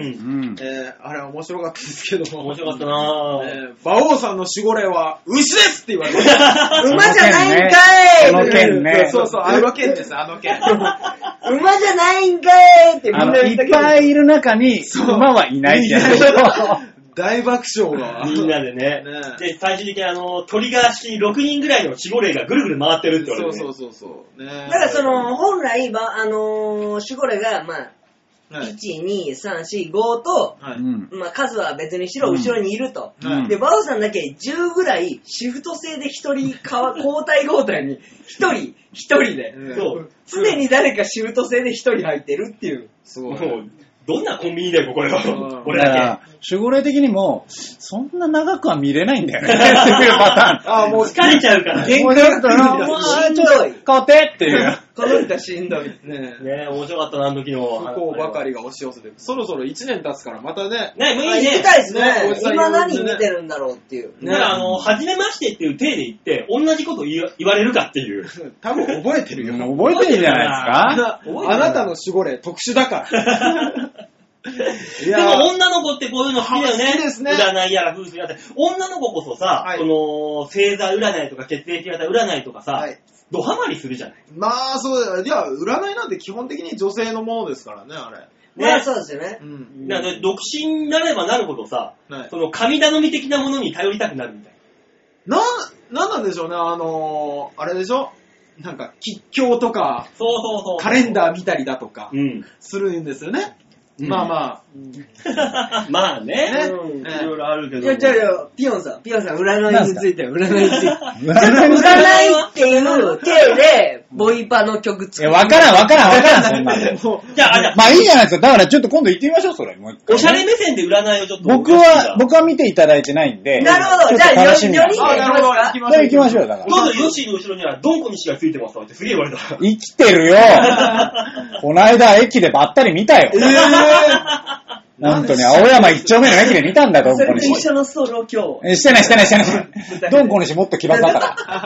S2: えー、あれ面白かったですけども。
S1: 面白かったなぁ。
S2: えー、馬王さんの守護霊は、牛ですって言われて。
S4: 馬じゃないんかい。
S3: あの剣ね。
S2: そうそう、あの剣です、あの剣。
S4: 馬じゃないんかいってみんな言ったけど。
S3: いっぱいいる中に、馬はいないじゃん。
S2: 大爆笑が。
S1: みんなでね。ねで、最終的にあの、トリガー式ろくにんぐらいの守護霊がぐるぐる回ってるって言われて、ね。
S2: そうそうそうそう。ね、
S4: だからその、本来、ばあのー、守護霊が、まあ、はい、いち、に、さん、よん、ごと、はい、まあ数は別にしろ、後ろにいると。うん、で、バオさんだけじゅうぐらいシフト制でひとり交代交代にひとりひとりで、うん、そう常に誰かシフト制でひとり入ってるっていう。
S2: そう。
S1: もうどんなコンビニだよ、ここよ。これだけ。
S3: だから守護霊的にも、そんな長くは見れないんだよね。っていうパターン。
S1: ああ、もう疲れちゃうから。
S3: 限界だったら、もう、
S4: しんどい。
S3: 変わってっていう。
S4: この人はしんどいですね。
S1: ねえ、面白かったな、あの時の。
S2: 不幸ばかりが押し寄せて、そろそろいちねん経つからまたね。
S1: ね、もういいね。
S4: 行きたいですね。
S2: ね
S4: 今何見てるんだろうっていう。
S1: だから、あの、初めましてっていう体で言って、同じこと言わ言われるかっていう。
S2: 多分覚えてるよ。
S3: 覚えてるんじゃないです
S2: か。あなたの守護霊特殊だから。
S1: でも女の子ってこういうの好きだよね。
S2: 好きですね。
S1: 占いやら風水やら。女の子こそさ、
S2: はい、
S1: その、星座占いとか血液型占いとかさ、はい、ドハマりするじゃない。
S2: まあそうだよ。いや、占いなんて基本的に女性のものですからね、あれ。
S4: ね、まあそうですよね。
S1: うん。だから独身になればなるほどさ、はい、その神頼み的なものに頼りたくなるみたい
S2: な。な、なんなんでしょうね、あのー、あれでしょなんか、吉凶とか、
S1: そうそうそう。
S2: カレンダー見たりだとか、
S1: うん、
S2: するんですよね。うん、まあまあ。うん、
S1: まあね。ね、
S2: うん、
S1: いろいろあるけど。
S4: いや、じゃあ、ピヨンさん、ピヨンさん、占いについて、占いについて。占いっていう体で、ボイパの曲作る。
S3: え、わからん、わからん、わからん、そんなの。
S1: じゃあ、じゃあ。
S3: まあいいじゃないですか。だからちょっと今度行ってみましょう、それ。もう一回、
S1: おしゃれ目線で占いをちょっと。
S3: 僕は、僕は見ていただいてないんで。
S4: なるほど。じゃあ、よにんで行きますか？
S3: じゃあ行きましょう、だから。
S1: 今度、ヨッシーの後ろには、ドンコニシがついてますわってすげえ言われた。
S3: 生きてるよ。この間、駅でばったり見たよ。えー本当に、青山一丁目の駅で見たんだよ、ドンコニシ。
S4: 一緒のソロ今
S3: 日。してない、してない、してない。ドンコニシもっと奇抜だから。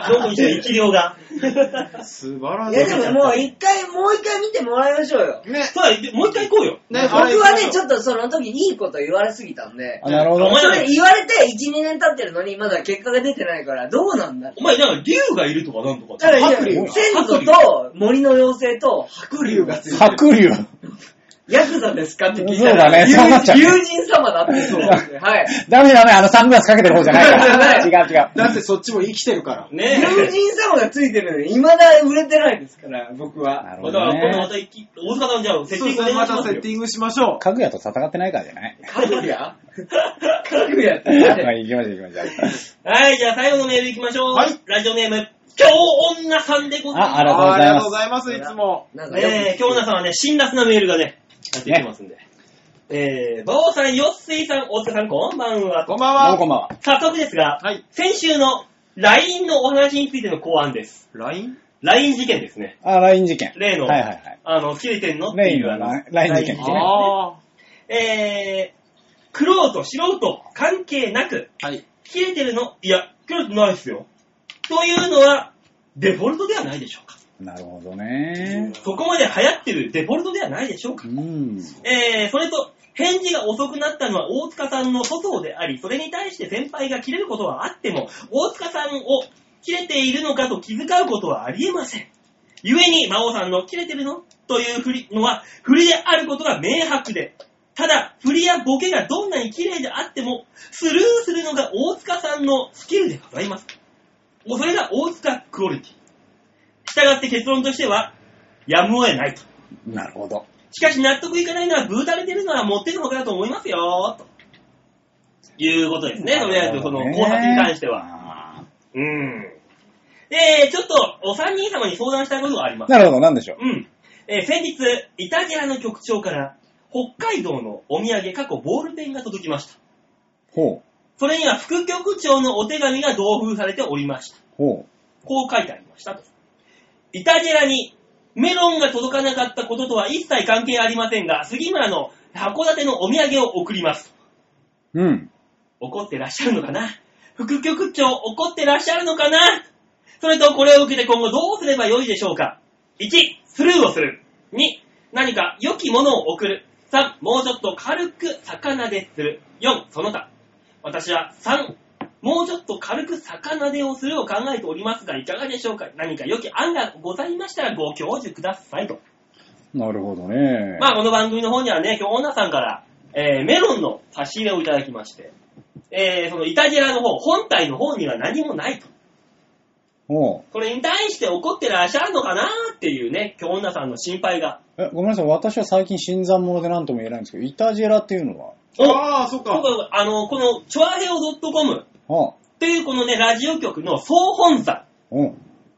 S1: ドンコニシの生き量が。
S2: 素晴らしい。
S4: いや、でももう一回、もう一回見てもらいましょうよ。
S1: ね。そうだ、もう一回行こうよ。
S4: ね、僕はね、ちょっとその時いいこと言われすぎたんで。
S3: あ、なるほど。
S4: それ言われていち、にねん経ってるのに、まだ結果が出てないから、どうなんだ。
S1: お前、なんか竜がいるとかなんとか。
S4: 白竜。先祖と森の妖精と白竜がついてる。
S3: 白竜。
S4: ヤクザですかって聞い
S3: たら。そうだね、そうなっちゃう。
S4: 友人様だってそうですね。はい。
S3: ダメダメ、あのサングラスかけてる方じゃないから。違う違う。
S2: だってそっちも生きてるから。
S4: ね友人様がついてるのに、未だ売れてないですから、僕は。
S1: なるほど、ね。だから今度また大塚さんじゃあセッティングで
S2: またセッティングしましょう。
S3: かぐやと戦ってないからじゃない
S4: かぐやかぐやって。
S3: まあ行きましょう行きましょ
S1: う。はい、じゃあ最後のメール行きましょう。はい。ラジオネーム。今日女さんでございます。
S3: あ、ありがとうございます。
S2: ありがとうございます、いつも。
S1: ね今日女さんはね、辛辣なメールがね、やってきてますんで。ね、えー、馬王さん、よっせいさん、大塚さん、こんばんは。
S2: こんばんは。
S3: こんばんは。
S1: 早速ですが、はい、先週の ライン のお話についての考案です。
S2: ライン
S1: ライン 事件ですね。
S3: あ、ライン 事件。
S1: 例の、
S3: はいはいはい。
S1: あの、切れてんのっていう。
S3: ラインの、ライン事件ですね。
S1: あえー、苦労と素人関係なく、はい、切れてるのいや、切れてないですよ。というのは、デフォルトではないでしょうか。
S3: なるほどね。
S1: そこまで流行ってるデフォルトではないでしょうか。うん、えー、それと、返事が遅くなったのは大塚さんの粗相であり、それに対して先輩が切れることはあっても、大塚さんを切れているのかと気遣うことはありえません。故に、魔王さんの切れてるのというふりのは、振りであることが明白で、ただ、振りやボケがどんなに綺麗であっても、スルーするのが大塚さんのスキルでございます。それが大塚クオリティ。したがって結論としては、やむを得ないと。
S3: なるほど。
S1: しかし納得いかないのは、ブータれてるのは持ってるのかだと思いますよ、ということですね。とりあえず、その考察に関しては。うん。で、ちょっと、お三人様に相談したいことがあります。
S3: なるほど、なんでしょう。
S1: うん。えー、先日、イタジェラの局長から、北海道のお土産、過去ボールペンが届きました。
S3: ほう。
S1: それには副局長のお手紙が同封されておりました。
S3: ほう。
S1: こう書いてありましたと。イタジェラにメロンが届かなかったこととは一切関係ありませんが、杉村の函館のお土産を送ります。
S3: うん。
S1: 怒ってらっしゃるのかな？副局長怒ってらっしゃるのかな？それとこれを受けて今後どうすればよいでしょうか？いち、スルーをする。に、何か良きものを送る。さん、もうちょっと軽く魚でする。よん、その他。私はさん、もうちょっと軽く魚出をするを考えておりますが、いかがでしょうか？何か良き案がございましたらご教授くださいと。
S3: なるほどね。
S1: まあ、この番組の方にはね、今日女さんから、えー、メロンの差し入れをいただきまして、えー、そのイタジェラの方、本体の方には何もないと。
S3: おう。
S1: これに対して怒ってらっしゃるのかなっていうね、今日女さんの心配が。
S3: え、ごめんなさい、私は最近新参者で何とも言えないんですけど、イタジェラっていうのは
S2: ああ、そっか。
S1: あの、この、チョアヘオ .com っていうこのね、ラジオ局の総本山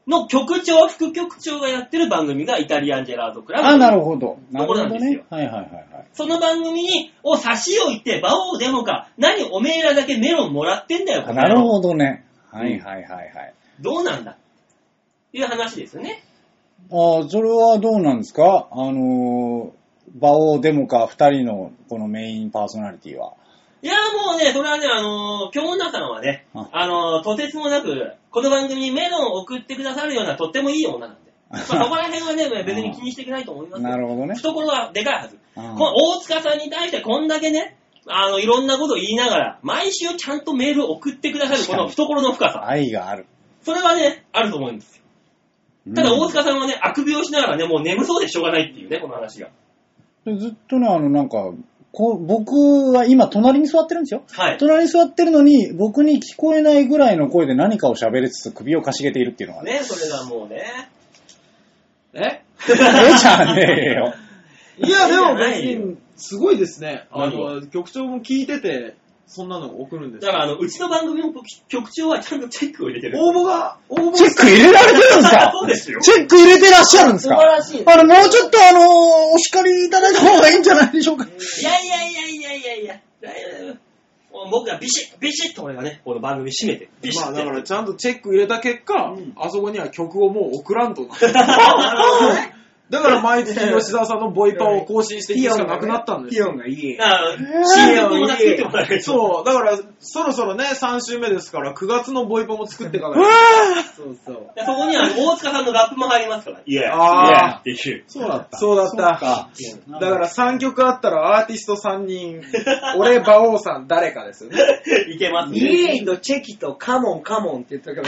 S1: の局長、副局長がやってる番組がイタリアンジェラートクラブ。
S3: あ、なるほど。なるほど
S1: ね。
S3: はいはいはいはい。
S1: その番組に、を差し置いて、馬王デモか、何おめえらだけメロンもらってんだよ、これ。
S3: なるほどね。はいはいはいはい。
S1: どうなんだいう話ですよね。
S3: ああ、それはどうなんですか？あのー、馬王デモか二人のこのメインパーソナリティは。
S1: いやもうね、それはね、あのー、京女さんはね、あ、あのー、とてつもなく、この番組にメロンを送ってくださるようなとってもいい女なんで。まあ、そこら辺はね、別に気にしていけないと思います。
S3: なるほどね。
S1: 懐はでかいはず。この大塚さんに対してこんだけね、あの、いろんなことを言いながら、毎週ちゃんとメールを送ってくださるこの懐の深さ。
S3: 愛がある。
S1: それはね、あると思うんですよ。ただ大塚さんはね、あくびをしながらね、もう眠そうでしょうがないっていうね、この話が。
S3: ずっとね、あの、なんか、こ僕は今隣に座ってるんですよ。
S1: はい。
S3: 隣に座ってるのに、僕に聞こえないぐらいの声で何かを喋りつつ首をかしげているっていうのが
S1: ね。ね、それがもうね。
S2: え
S3: えじゃねえよ。
S2: いや、でも別に、すごいですね。あの、局長も聞いてて、そんなの送るんです
S1: だから、あの、うちの番組の局長はちゃんとチェックを入れてる。
S2: 応募が、応募
S3: チェック入れられてるんですか？
S1: そうですよ。
S3: チェック入れてらっしゃるんですか？
S4: 素晴らしい。
S3: あの、もうちょっとあのー、お叱りいただいた方がいいんじゃないでしょうか。
S1: いやいやいやいやいやいや。僕がビシッ、ビシッと俺がね、この番組締めて。ビシッ
S2: まあだからちゃんとチェック入れた結果、うん、あそこには曲をもう送らんとな。だから毎月吉沢さんのボイパを更新していくしかなくなったんですよ。
S4: ピヨンがいい。
S1: ああ、シーエム も作ってもらえる。
S2: そう、だからそろそろね、さん週目ですから、くがつのボイパも作ってから。
S1: そうそう。そこには大塚さんのラップも入りますから。イエーイ。イエーっていう。
S2: そうだった。そうだった。だからさんきょくあったらアーティストさんにん、俺、馬王さん、誰かですよね。
S1: いけますね。
S4: イエーイとチェキとカモンカモンって言ったから。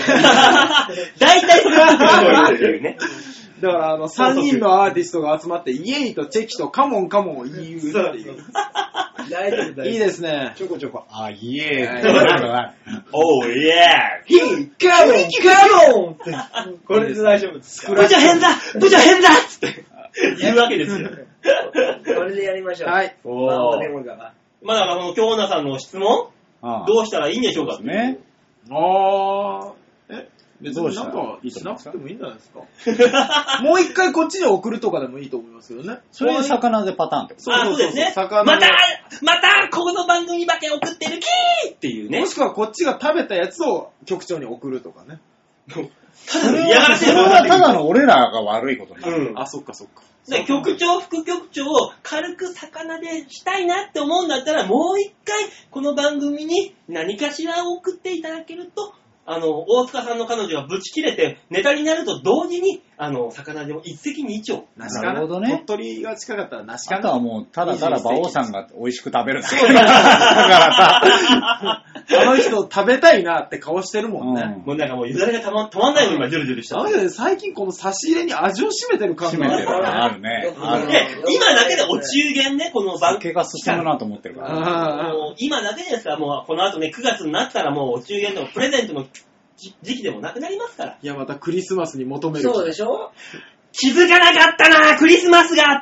S1: 大体それはっていうね。
S2: だからあのさんにんのアーティストが集まってイエイとチェキとカモンカモンを言うっていう。
S4: 大丈夫だよ。
S2: いいですね。
S3: ちょこちょこ。あ、イエーイって言わないのが。
S1: おー、イエーイ。
S4: ヒー、カモン、カモンって。これで大丈夫です。
S1: ブチャ変だブチャ変だつって言うわけですよ。
S4: これでやりましょう。
S2: はい。
S1: おー。まだこの京女さんの質問どうしたらいいんでしょうか
S3: ね。
S2: あー。え別になんかしなくてもいいんじゃないですか。もう一回こっちに送るとかでもいいと思いますけどね。
S3: それ魚でパターンってこと。
S1: あ、そうですね。また、また、ここの番組ばけ送ってるキーっていうね。
S2: もしくはこっちが食べたやつを局長に送るとかね。
S1: ただの嫌がらせ
S3: それはただの俺らが悪いことになる。
S1: うん。
S2: あ、そっかそっか。
S1: で局長、副局長を軽く魚でしたいなって思うんだったら、もう一回この番組に何かしら送っていただけると、あの、大塚さんの彼女がぶち切れて、ネタになると同時に、あの、魚でも一石二鳥。
S2: なしかな。なるほどね。鳥取が近かったらなしかな。
S3: あとはもう、ただただ馬王さんが美味しく食べるだけ。だからさ、
S2: あの人食べたいなって顔してるもんね。
S1: うん、もうなんかもうよだれがたま、止まんないよ、今、ジュルジュルした。
S2: なんで最近この差し入れに味を占めてる感
S3: じがある。あるね。ある
S1: ね。今だけでお中元ね、この番
S3: 組。酒が進むなと思ってるから。
S1: もう今だけですから、もうこの後ね、くがつになったらもうお中元とかプレゼントの時期でもなくなりますから。
S2: いや、またクリスマスに求める。
S4: そうでしょ？
S1: 気づかなかったな、クリスマスがあった。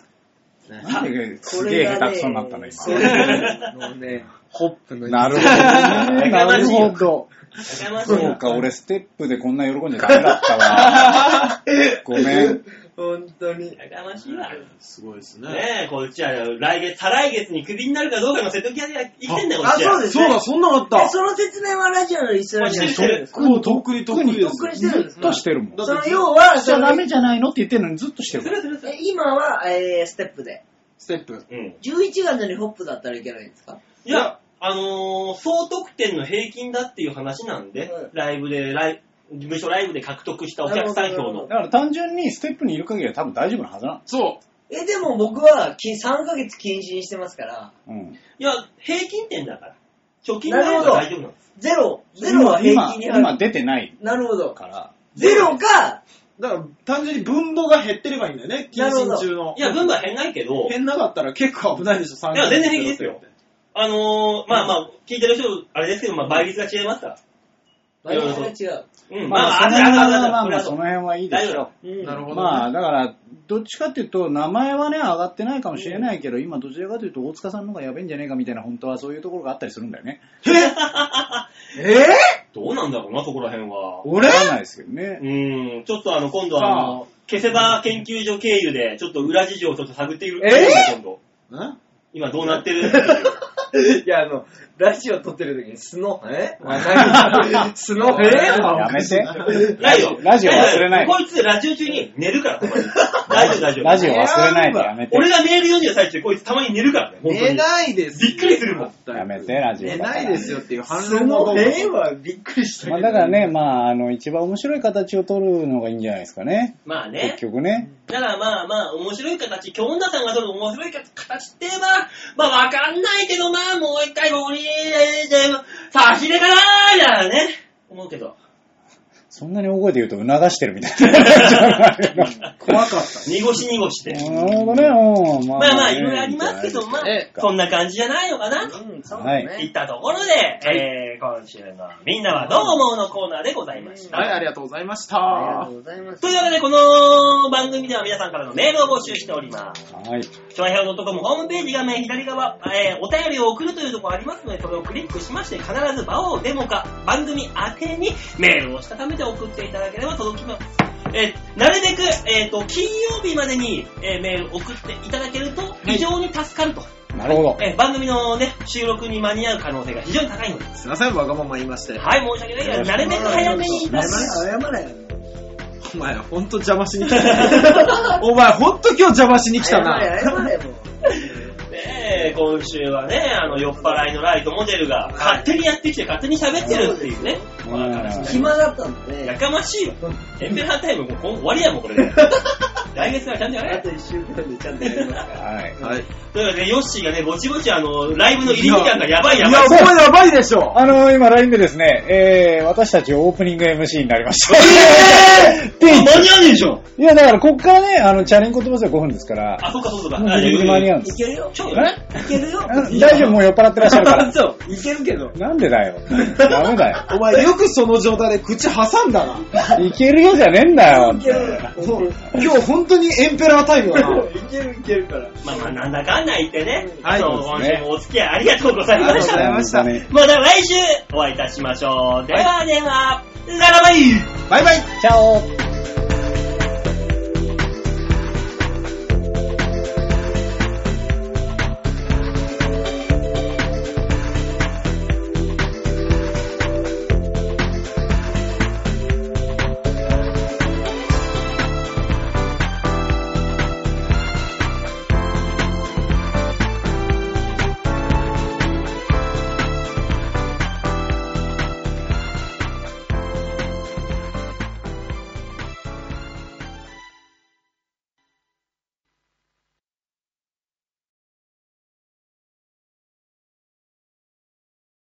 S3: なんですげえ下手くそになったの、今。
S4: そうね。ホップの
S3: なるほど。なるほど。そうか、俺ステップでこんな喜んじゃダメだったわ。ごめん。
S4: 本当に。
S1: やかましいわ。
S2: すごいですね。
S1: ねえ、こっちは来月、再来月にクビになるかどうかの瀬戸際で生きてんだよ、こっち
S4: は。あ、そうですね。
S2: そうだ、そんなのあった。
S4: その説明はラジオのリスナーに
S1: してる。
S2: とっくにとっくに
S4: とっくにしてるんです。
S3: ずっとしてるもん。
S4: その要は、
S3: じゃダメじゃないのって言ってるのにずっとしてる。
S4: 今は、えー、ステップで。
S2: ステップ。
S1: うん。
S4: じゅういちがつにホップだったらいけないんですか？
S1: いや、あのー、総得点の平均だっていう話なんで、うん、ライブで、ライ事務所ライブで獲得したお客さん票の。
S3: だから単純にステップにいる限りは多分大丈夫なはずな。
S2: そう。
S4: え、でも僕はさんかげつ禁止にしてますから。
S3: うん。
S1: いや、平均点だから。貯金があれば大丈夫なんです。
S4: ゼロ。ゼロは平均にある。
S3: 今出てない。
S4: なるほど。
S3: から。
S4: ゼロか、
S2: だから単純に分母が減ってればいいんだよね、謹慎中の。
S1: いや、分母は減んないけど。
S2: 減んなかったら結構危ないでしょ、さん
S1: かげつ。いや、全然平気ですよ。あのー、まあまあ、聞いてる人、あれですけど、まあ倍率が違いますから。
S4: 倍率が違う。
S1: うん、
S3: まあ、その辺は、まあまあ、その辺はいいでしょ
S2: う。なるほど。
S3: まあ、だから、どっちかっていうと、名前はね、上がってないかもしれないけど、今どちらかというと、大塚さんの方がやべえんじゃねえかみたいな、本当はそういうところがあったりするんだよね。
S2: ええ
S1: どうなんなんだろうな、そこら辺は。
S3: 俺わかんないですけどね。
S1: うーん、ちょっとあの、今度あの、消せば研究所経由で、ちょっと裏事情をちょっと探っている。
S4: え
S1: ー、今度。
S2: ん
S1: 今どうなってるっていう。
S4: いや、あの、ラジオ撮ってる時に素の、え素の、え
S3: やめて。
S1: ラジオ。
S3: ラジオ忘れない。
S1: こいつラジオ中に寝るから、たまに。ラジオ、ラジオ。
S3: ラジオ忘れないでやめて。
S1: 俺がメール読んでる最中、こいつたまに寝るからね。
S2: 寝ないです。
S1: びっくりするもん。
S3: やめて、ラジオ。
S2: 寝ないですよっていう反
S4: 論の動画。素の、えはびっくりしたけど。
S3: まあだからね、まあ、あの、一番面白い形を取るのがいいんじゃないですかね。
S1: まあね。
S3: 結局ね。
S1: だからまあまあ、面白い形、京女さんが取る面白い形って言えば、まあわかんないけど、まあもう一回ここに、差し入れかなーみたいなね、思うけど。
S3: そんなに大声で言うと促してるみたいな。
S2: 怖かった。
S1: 濁し濁して。
S3: なるほどね、うん。
S1: まあまあ、いろいろありますけど、まあ、そんな感じじゃないのかな。うん、そうね。はい。いったところで、えー、今週のみんなはどう思うのコーナーでございました。
S2: はい、ありがとうございました。
S4: ありがとうございます。
S1: というわけで、この番組では皆さんからのメールを募集しております。
S3: はい。
S1: ちょいへお .com ホームページ画面左側、えー、お便りを送るというところありますので、それをクリックしまして、必ず場をデモか番組宛てにメールをしたためて送っていただければ届きます。えー、なるべく、えーと、金曜日までに、えー、メール送っていただけると非常に助かると。
S3: なるほど。
S1: えー、番組のね、収録に間に合う可能性が非常に高いので。
S2: すいません、わがまま言いまして。
S1: はい、申し訳ないが、なるべく早めに。
S4: 謝れ、謝れ。
S2: お前、ほんと邪魔しに来た。お前、ほんと今日邪魔しに来たな。
S4: 謝れ、謝れ、もう。
S1: ねえ、今週はね、あの、酔っ払いのライトモデルが、勝手にやってきて、勝手に喋ってるっていうね。
S4: 暇だったんだね。
S1: やかましいよ。エンペラータイムもう終わりやもん、これで。来月からちゃんとやれ。
S4: あといっしゅうかんでちゃんとやりますから。
S3: はい。
S2: はい。
S1: というわけで、ヨッシーがね、ぼちぼちあの、ライブの入り時間がやばいやばい。
S2: いや、もうやばいでしょ。
S3: あの、今 ライン でですね、えー、私たちオープニング エムシー になりました。
S1: えー、間に合わねえでしょ。
S3: いや、だからこっからね、あの、チャリンコ飛ばせばごふんですから。
S1: あ、そうかそうか。
S3: ギリギリ間に合うんです。
S4: いけるよ。
S1: ちょ、
S4: えいけるよ。
S3: 大丈夫、もう酔っ払ってらっしゃるから。
S4: そう、いけるけど。
S3: なんでだよ。ダメだよ。
S2: お前、よくその状態で口挟んだな。
S3: いけるよじゃねえんだよ。
S4: いける。
S2: 今日本当にエンペラータイムだな。
S4: いけるいけるから。
S1: まあまあ、なんだかんだ言ってね。
S2: はい。
S1: 今週もお付き合いありがとうございました。
S2: ありがとうございました。
S1: また来週お会いいたしましょう。ではでは、ララバイ
S2: バイバイ
S3: チャオ